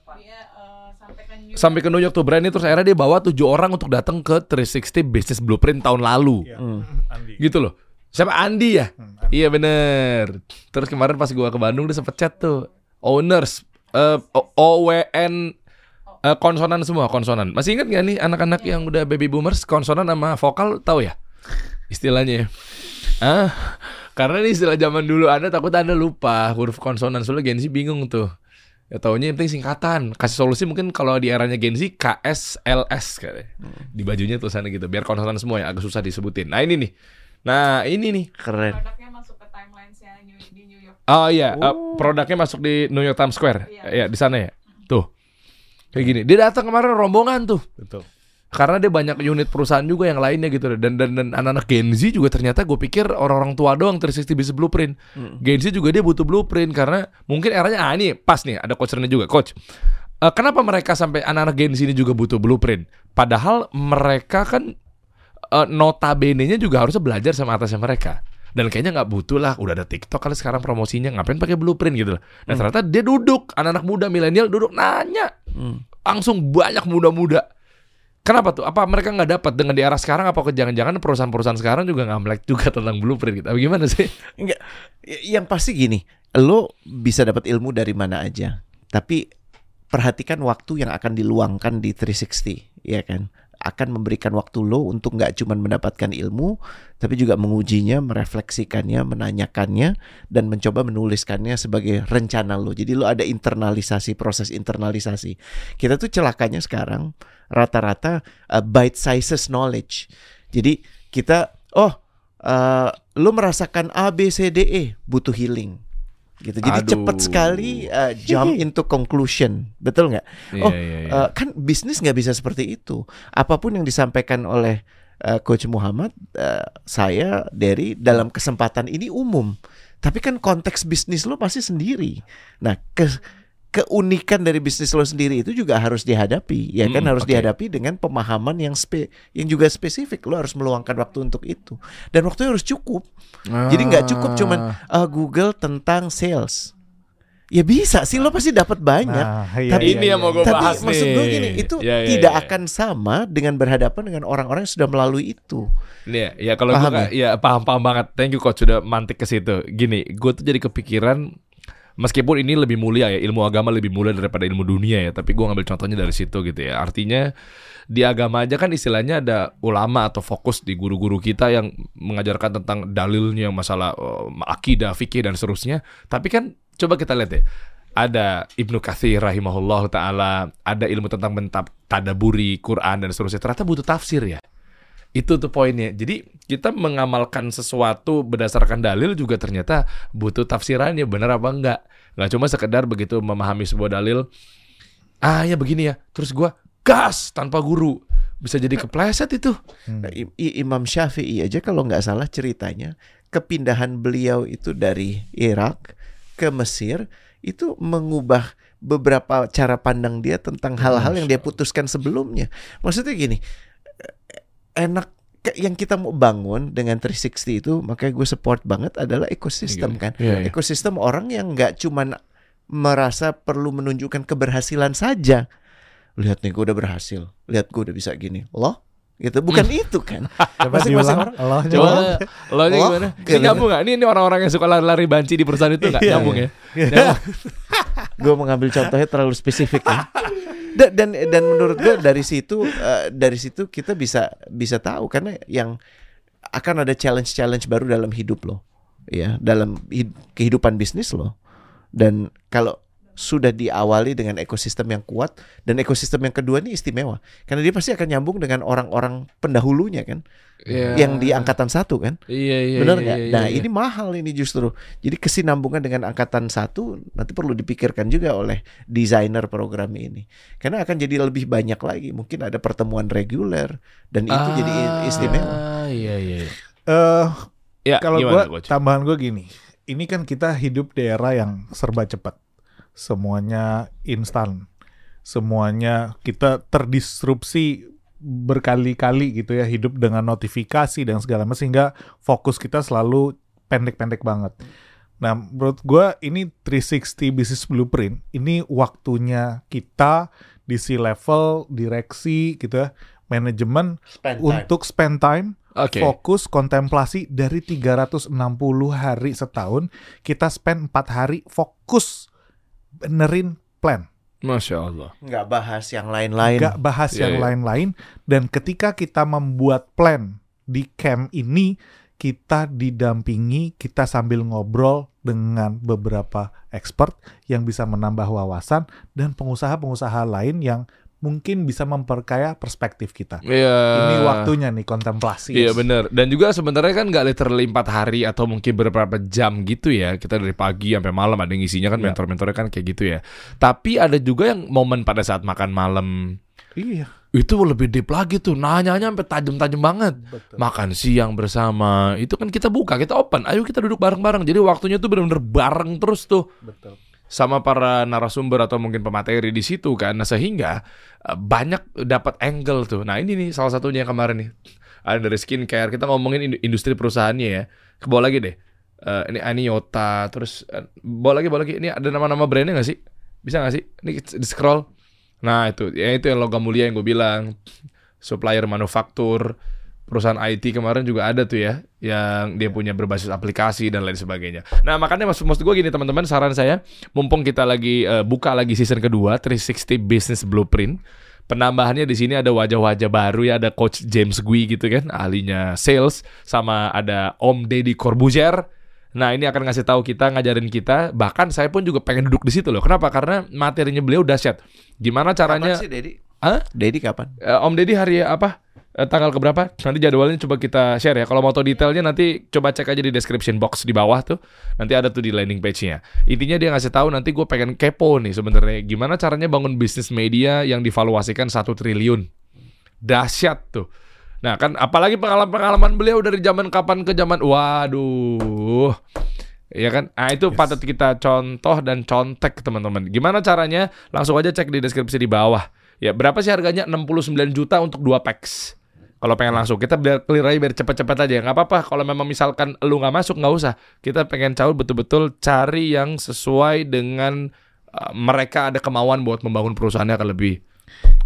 Sampai ke New York tuh brandnya, terus akhirnya dia bawa tujuh orang untuk datang ke tiga enam nol Business Blueprint tahun lalu. Ya. Hmm. Gitu loh. Siapa? Andi ya? Hmm, Andi. Iya bener. Terus kemarin pas gua ke Bandung dia sempet chat tuh. Owners uh, O W N uh, konsonan semua, konsonan. Masih ingat gak nih anak-anak yang udah baby boomers, konsonan sama vokal tahu ya? Istilahnya ya. Ah, karena ini istilah zaman dulu, Anda takut Anda lupa huruf konsonan, soalnya Gen Z bingung tuh. Ya taunya yang penting singkatan. Kasih solusi mungkin kalau di eranya Gen Z K S L S katanya. Di bajunya tulisannya gitu, biar konsonan semua yang agak susah disebutin. Nah ini nih. Nah ini nih keren. Produknya masuk ke timelines-nya di New York. Oh iya, oh. Uh, produknya masuk di New York Times Square. Iya, ya di sana ya. Tuh. Kayak gini. Dia datang kemarin rombongan tuh. Betul. Karena dia banyak unit perusahaan juga yang lainnya gitu, dan dan dan anak-anak Gen Z juga ternyata gue pikir orang-orang tua doang tiga enam nol Business Blueprint. Hmm. Gen Z juga dia butuh blueprint karena mungkin eranya ah ini pas nih ada coachernya juga. Coach, uh, kenapa mereka sampai anak-anak Gen Z ini juga butuh blueprint? Padahal mereka kan uh, notabene-nya juga harusnya belajar sama atasnya mereka. Dan kayaknya nggak butuh lah, udah ada TikTok kali sekarang promosinya, ngapain pakai blueprint gitu loh. Nah hmm. ternyata dia duduk, anak-anak muda milenial duduk nanya, hmm. langsung banyak muda-muda. Kenapa tuh? Apa mereka nggak dapat dengan di era sekarang? Apa jangan-jangan perusahaan-perusahaan sekarang juga nggak melek juga tentang blueprint gitu? Apa gimana sih? Enggak, yang pasti gini, lo bisa dapat ilmu dari mana aja, tapi perhatikan waktu yang akan diluangkan di tiga enam nol, ya kan? Akan memberikan waktu lo untuk nggak cuma mendapatkan ilmu, tapi juga mengujinya, merefleksikannya, menanyakannya, dan mencoba menuliskannya sebagai rencana lo. Jadi lo ada internalisasi, proses internalisasi. Kita tuh celakanya sekarang rata-rata uh, bite sizes knowledge. Jadi kita, oh uh, lo merasakan A, B, C, D, E, butuh healing. Gitu. Jadi Aduh. cepat sekali uh, jump into conclusion, betul nggak? Yeah, oh, yeah, yeah. Uh, kan bisnis nggak bisa seperti itu. Apapun yang disampaikan oleh uh, Coach Muhammad, uh, saya, Dery, dalam kesempatan ini umum. Tapi kan konteks bisnis lo pasti sendiri. Nah, ke keunikan dari bisnis lo sendiri itu juga harus dihadapi, ya kan? Hmm, harus okay. dihadapi dengan pemahaman yang spe yang juga spesifik. Lo harus meluangkan waktu untuk itu, dan waktunya harus cukup. Ah. Jadi nggak cukup cuman uh, Google tentang sales. Ya bisa sih, lo pasti dapat banyak. Nah, iya, tapi ini iya, yang mau gue tapi bahas maksud nih. gue gini, itu ya, ya, tidak ya. akan sama dengan berhadapan dengan orang-orang yang sudah melalui itu. Iya, ya kalau gue ya paham-paham banget. Thank you coach sudah mantik ke situ. Gini, gue tuh jadi kepikiran Meskipun ini lebih mulia ya, ilmu agama lebih mulia daripada ilmu dunia ya, tapi gue ngambil contohnya dari situ gitu ya. Artinya di agama aja kan istilahnya ada ulama atau fokus di guru-guru kita yang mengajarkan tentang dalilnya, masalah uh, akidah, fikih dan seterusnya. Tapi kan coba kita lihat ya, ada Ibnu Katsir rahimahullah ta'ala, ada ilmu tentang bentab tadaburi, Quran dan seterusnya. Ternyata butuh tafsir ya. Itu tuh poinnya. Jadi kita mengamalkan sesuatu berdasarkan dalil juga ternyata butuh tafsirannya, benar apa enggak. Nggak cuma sekedar begitu memahami sebuah dalil, ah ya begini ya, terus gua gas tanpa guru. Bisa jadi kepleset itu. Nah, I- I- Imam Syafi'i aja kalau nggak salah ceritanya, kepindahan beliau itu dari Irak ke Mesir itu mengubah beberapa cara pandang dia tentang hal-hal yang dia putuskan sebelumnya. Maksudnya gini, enak yang kita mau bangun dengan tiga enam nol itu, makanya gue support banget adalah ekosistem kan. Iya, iya. Ekosistem orang yang nggak cuman merasa perlu menunjukkan keberhasilan saja. Lihat nih gue udah berhasil, lihat gue udah bisa gini, loh gitu, bukan itu kan. Coba Masing-masing diulang. orang- Allah, Coba coba. lo nya Oh, gimana? Ini gitu. nyambung gak? Ini, ini orang-orang yang suka lari-lari banci di perusahaan itu gak? Iya. Nyambung ya? Nyambung. Gue mengambil contohnya terlalu spesifik ya. Dan dan, dan menurut gue dari situ eh, dari situ kita bisa bisa tahu, karena yang akan ada challenge-challenge baru dalam hidup lo, ya, dalam hid- kehidupan bisnis lo. Dan kalau sudah diawali dengan ekosistem yang kuat, dan ekosistem yang kedua ini istimewa karena dia pasti akan nyambung dengan orang-orang pendahulunya kan, Iya. yang di angkatan satu kan. Iya, iya, Benar iya, nggak? iya, Nah iya. ini mahal ini justru. Jadi kesinambungan dengan angkatan satu nanti perlu dipikirkan juga oleh desainer program ini. Karena akan jadi lebih banyak lagi. Mungkin ada pertemuan reguler dan itu jadi i- istimewa. Ah, iya, iya. iya. Eh, Ya, kalau gimana, gue Coach? tambahan gue gini, ini kan kita hidup di era yang serba cepat, semuanya instan, semuanya kita terdisrupsi berkali-kali gitu ya, hidup dengan notifikasi dan segala macam, sehingga fokus kita selalu pendek-pendek banget. Nah, menurut gue ini tiga enam nol Business Blueprint, ini waktunya kita di C-level, direksi gitu ya, manajemen untuk spend time, Oke. fokus, kontemplasi dari tiga ratus enam puluh hari setahun, kita spend empat hari fokus benerin plan. Masya Allah. Nggak bahas yang lain-lain. Gak bahas Iya, yang iya. lain-lain. Dan ketika kita membuat plan di camp ini, kita didampingi, kita sambil ngobrol dengan beberapa expert yang bisa menambah wawasan, dan pengusaha-pengusaha lain yang mungkin bisa memperkaya perspektif kita. Iya. Ini waktunya nih kontemplasi. Iya benar. Dan juga sebenarnya kan nggak literally empat hari atau mungkin beberapa jam gitu ya. Kita dari pagi sampai malam ada yang isinya kan, Iya. mentor-mentornya kan kayak gitu ya. Tapi ada juga yang momen pada saat makan malam Iya. itu lebih deep lagi tuh. Nanyanya sampai tajam-tajam banget. Betul. Makan siang bersama. Itu kan kita buka, kita open. Ayo kita duduk bareng-bareng. Jadi waktunya tuh benar-benar bareng terus tuh. Betul. Sama para narasumber atau mungkin pemateri di situ kan. Nah, sehingga uh, banyak dapat angle tuh. Nah, ini nih salah satunya yang kemarin nih. Ada dari skincare, kita ngomongin ind- industri perusahaannya ya. Kebawa lagi deh. Uh, ini Aniota, terus uh, bawa lagi, bawa lagi. Ini ada nama-nama brandnya nggak sih? Bisa nggak sih? Ini di scroll. Nah, itu ya itu yang logam mulia yang gue bilang. Supplier manufaktur, perusahaan I T kemarin juga ada tuh ya, yang dia punya berbasis aplikasi dan lain sebagainya. Nah makanya maksud, maksud gue gini teman-teman, saran saya, mumpung kita lagi uh, buka lagi season kedua tiga enam nol Business Blueprint, penambahannya di sini ada wajah-wajah baru ya, ada Coach James Gui gitu kan, ahlinya sales, sama ada Om Deddy Corbuzier. Nah ini akan ngasih tahu kita, ngajarin kita, bahkan saya pun juga pengen duduk di situ loh. Kenapa? Karena materinya beliau dahsyat. Gimana caranya? Kapan sih Dedi? Hah? Dedi kapan? Eh, Om Deddy hari apa? Eh, tanggal keberapa? Nanti jadwalnya coba kita share ya. Kalau mau tahu detailnya nanti coba cek aja di description box di bawah tuh. Nanti ada tuh di landing page-nya. Intinya dia ngasih tahu, nanti gue pengen kepo nih sebenarnya gimana caranya bangun bisnis media yang divaluasikan satu triliun. Dahsyat tuh. Nah kan apalagi pengalaman-pengalaman beliau dari zaman kapan ke zaman, waduh. Ya kan? Nah itu Yes. patut kita contoh dan contek teman-teman. Gimana caranya? Langsung aja cek di deskripsi di bawah. Ya berapa sih harganya? enam puluh sembilan juta untuk dua packs. Kalau pengen langsung, kita biar clear aja, biar cepet-cepet aja. Nggak apa-apa kalau memang misalkan lu nggak masuk, nggak usah. Kita pengen tahu betul-betul cari yang sesuai dengan uh, mereka ada kemauan buat membangun perusahaannya akan lebih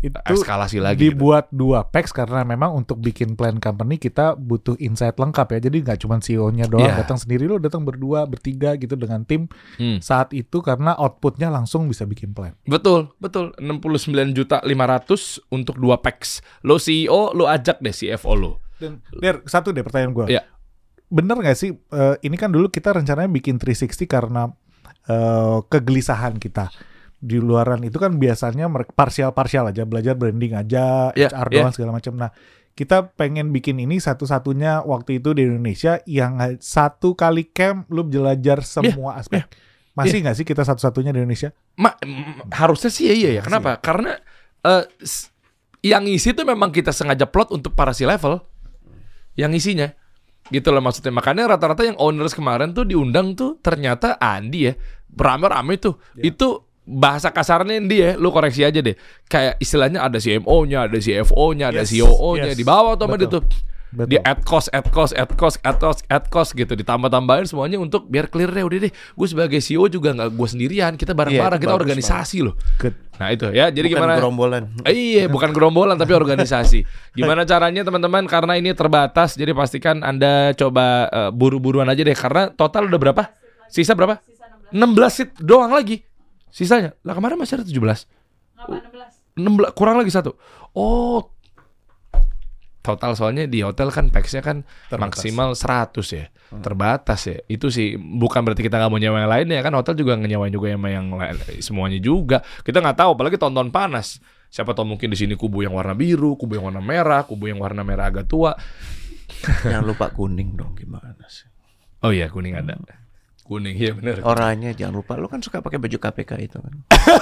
itu eskalasi lagi gitu. dibuat dua packs karena memang untuk bikin plan company kita butuh insight lengkap ya. Jadi nggak cuma C E O-nya doang Yeah. datang sendiri, lo datang berdua, bertiga gitu dengan tim Hmm. saat itu karena outputnya langsung bisa bikin plan. Betul, betul. enam puluh sembilan juta lima ratus untuk dua packs. Lo C E O, lo ajak deh C F O lo. Dan Der, satu deh pertanyaan gue. Iya. Bener nggak sih eh, ini kan dulu kita rencananya bikin tiga enam nol karena eh, kegelisahan kita. Di luaran itu kan biasanya mereka parsial-parsial aja, belajar branding aja, Iya, H R iya. doang segala macam. Nah, kita pengen bikin ini satu-satunya waktu itu di Indonesia yang satu kali camp lu belajar semua aspek. Masih nggak sih kita satu-satunya di Indonesia? Ma, mm, harusnya sih ya, iya ya. Kenapa? Karena eh, s- yang isi tuh memang kita sengaja plot untuk para C level. Yang isinya. Gitu loh maksudnya. Makanya rata-rata yang owners kemarin tuh diundang tuh ternyata Andi ya. Rame-rame tuh. Itu bahasa kasarnya dia, lu koreksi aja deh. Kayak istilahnya ada C M O-nya, ada C F O-nya, ada Yes, C O O-nya. yes. Di bawah tuh sama dia Betul. tuh. Betul. Dia add cost, add cost, add cost, add cost, add cost gitu. Ditambah-tambahin semuanya untuk biar clear deh. Udah deh, gue sebagai C E O juga gak gue sendirian. Kita bareng-bareng, Iya, itu kita bagus organisasi loh. Good. Nah itu ya, jadi Bukan gimana? gerombolan. Eh, Iya, bukan gerombolan tapi organisasi. Gimana caranya teman-teman? Karena ini terbatas, jadi pastikan Anda coba eh, buru-buruan aja deh. Karena total udah berapa? Sisa berapa? Sisa enam belas. enam belas seat doang lagi. Sisanya. Lah kemarin masih ada tujuh belas. Ngapa enam belas? enam belas kurang lagi satu. Oh. Total soalnya di hotel kan pax-nya kan Terbatas. maksimal seratus ya. Terbatas ya. Itu sih bukan berarti kita nggak mau nyewa yang lain ya kan, hotel juga nyewain juga sama yang lain, semuanya juga. Kita nggak tahu apalagi tonton panas. Siapa tahu mungkin di sini kubu yang warna biru, kubu yang warna merah, kubu yang warna merah agak tua. Jangan lupa kuning dong, gimana sih? Oh iya, kuning ada. Kuning iya benar. Orangnya jangan lupa, lu kan suka pakai baju K P K itu kan.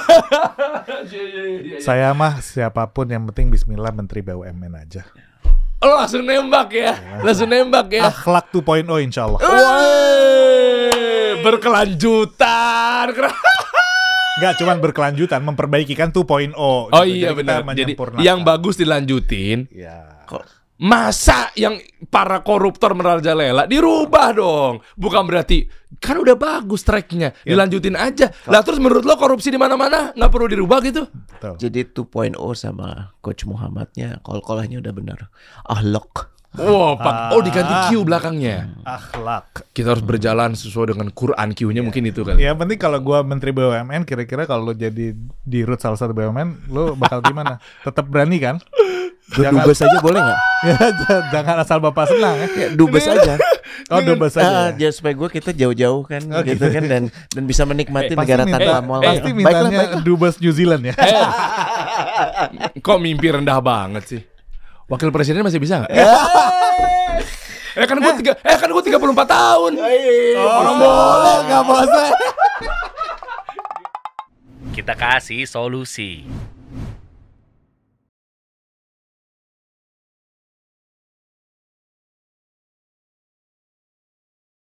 Saya mah siapapun yang penting bismillah Menteri B U M N aja. Oh, langsung nembak ya. Langsung nembak ya. Akhlak dua titik nol insya Allah. Woi, berkelanjutan. Nggak cuman berkelanjutan, memperbaiki kan dua titik nol. Oh gitu. iya Jadi kita benar. Jadi menyempurnakan. yang bagus dilanjutin. Ya. Kok Masa yang para koruptor merajalela dirubah dong? Bukan berarti kan udah bagus tracknya, dilanjutin aja. Lah terus menurut lo korupsi di mana-mana nggak perlu dirubah gitu? Betul. jadi dua titik nol sama Coach Muhammadnya kol-kolahnya udah benar. Ahlak. Oh, pak. Oh diganti Q belakangnya. Akhlak. Kita harus berjalan sesuai dengan Quran Q-nya mungkin itu kali. Ya penting kalau gua Menteri B U M N, kira-kira kalau lo jadi di root salah satu B U M N, lo bakal gimana? Tetap berani kan? Gue Jangan- dubes aja boleh nggak? Ya, j- jangan asal bapak senang ya. Ya, dubes aja. Oh dubes Ah, aja. jadi supaya gue kita jauh-jauh kan, Oh, gitu gitu. kan dan dan bisa menikmati Eh, negara minta- tanpa eh, amal. eh, Pasti Baiklah, mintanya baiklah. dubes New Zealand ya. Eh, kok mimpi rendah banget sih? Wakil presiden masih bisa nggak? Eh kan gue tiga, eh kan gue tiga puluh empat tahun. Orang boleh nggak bosan. Kita kasih solusi.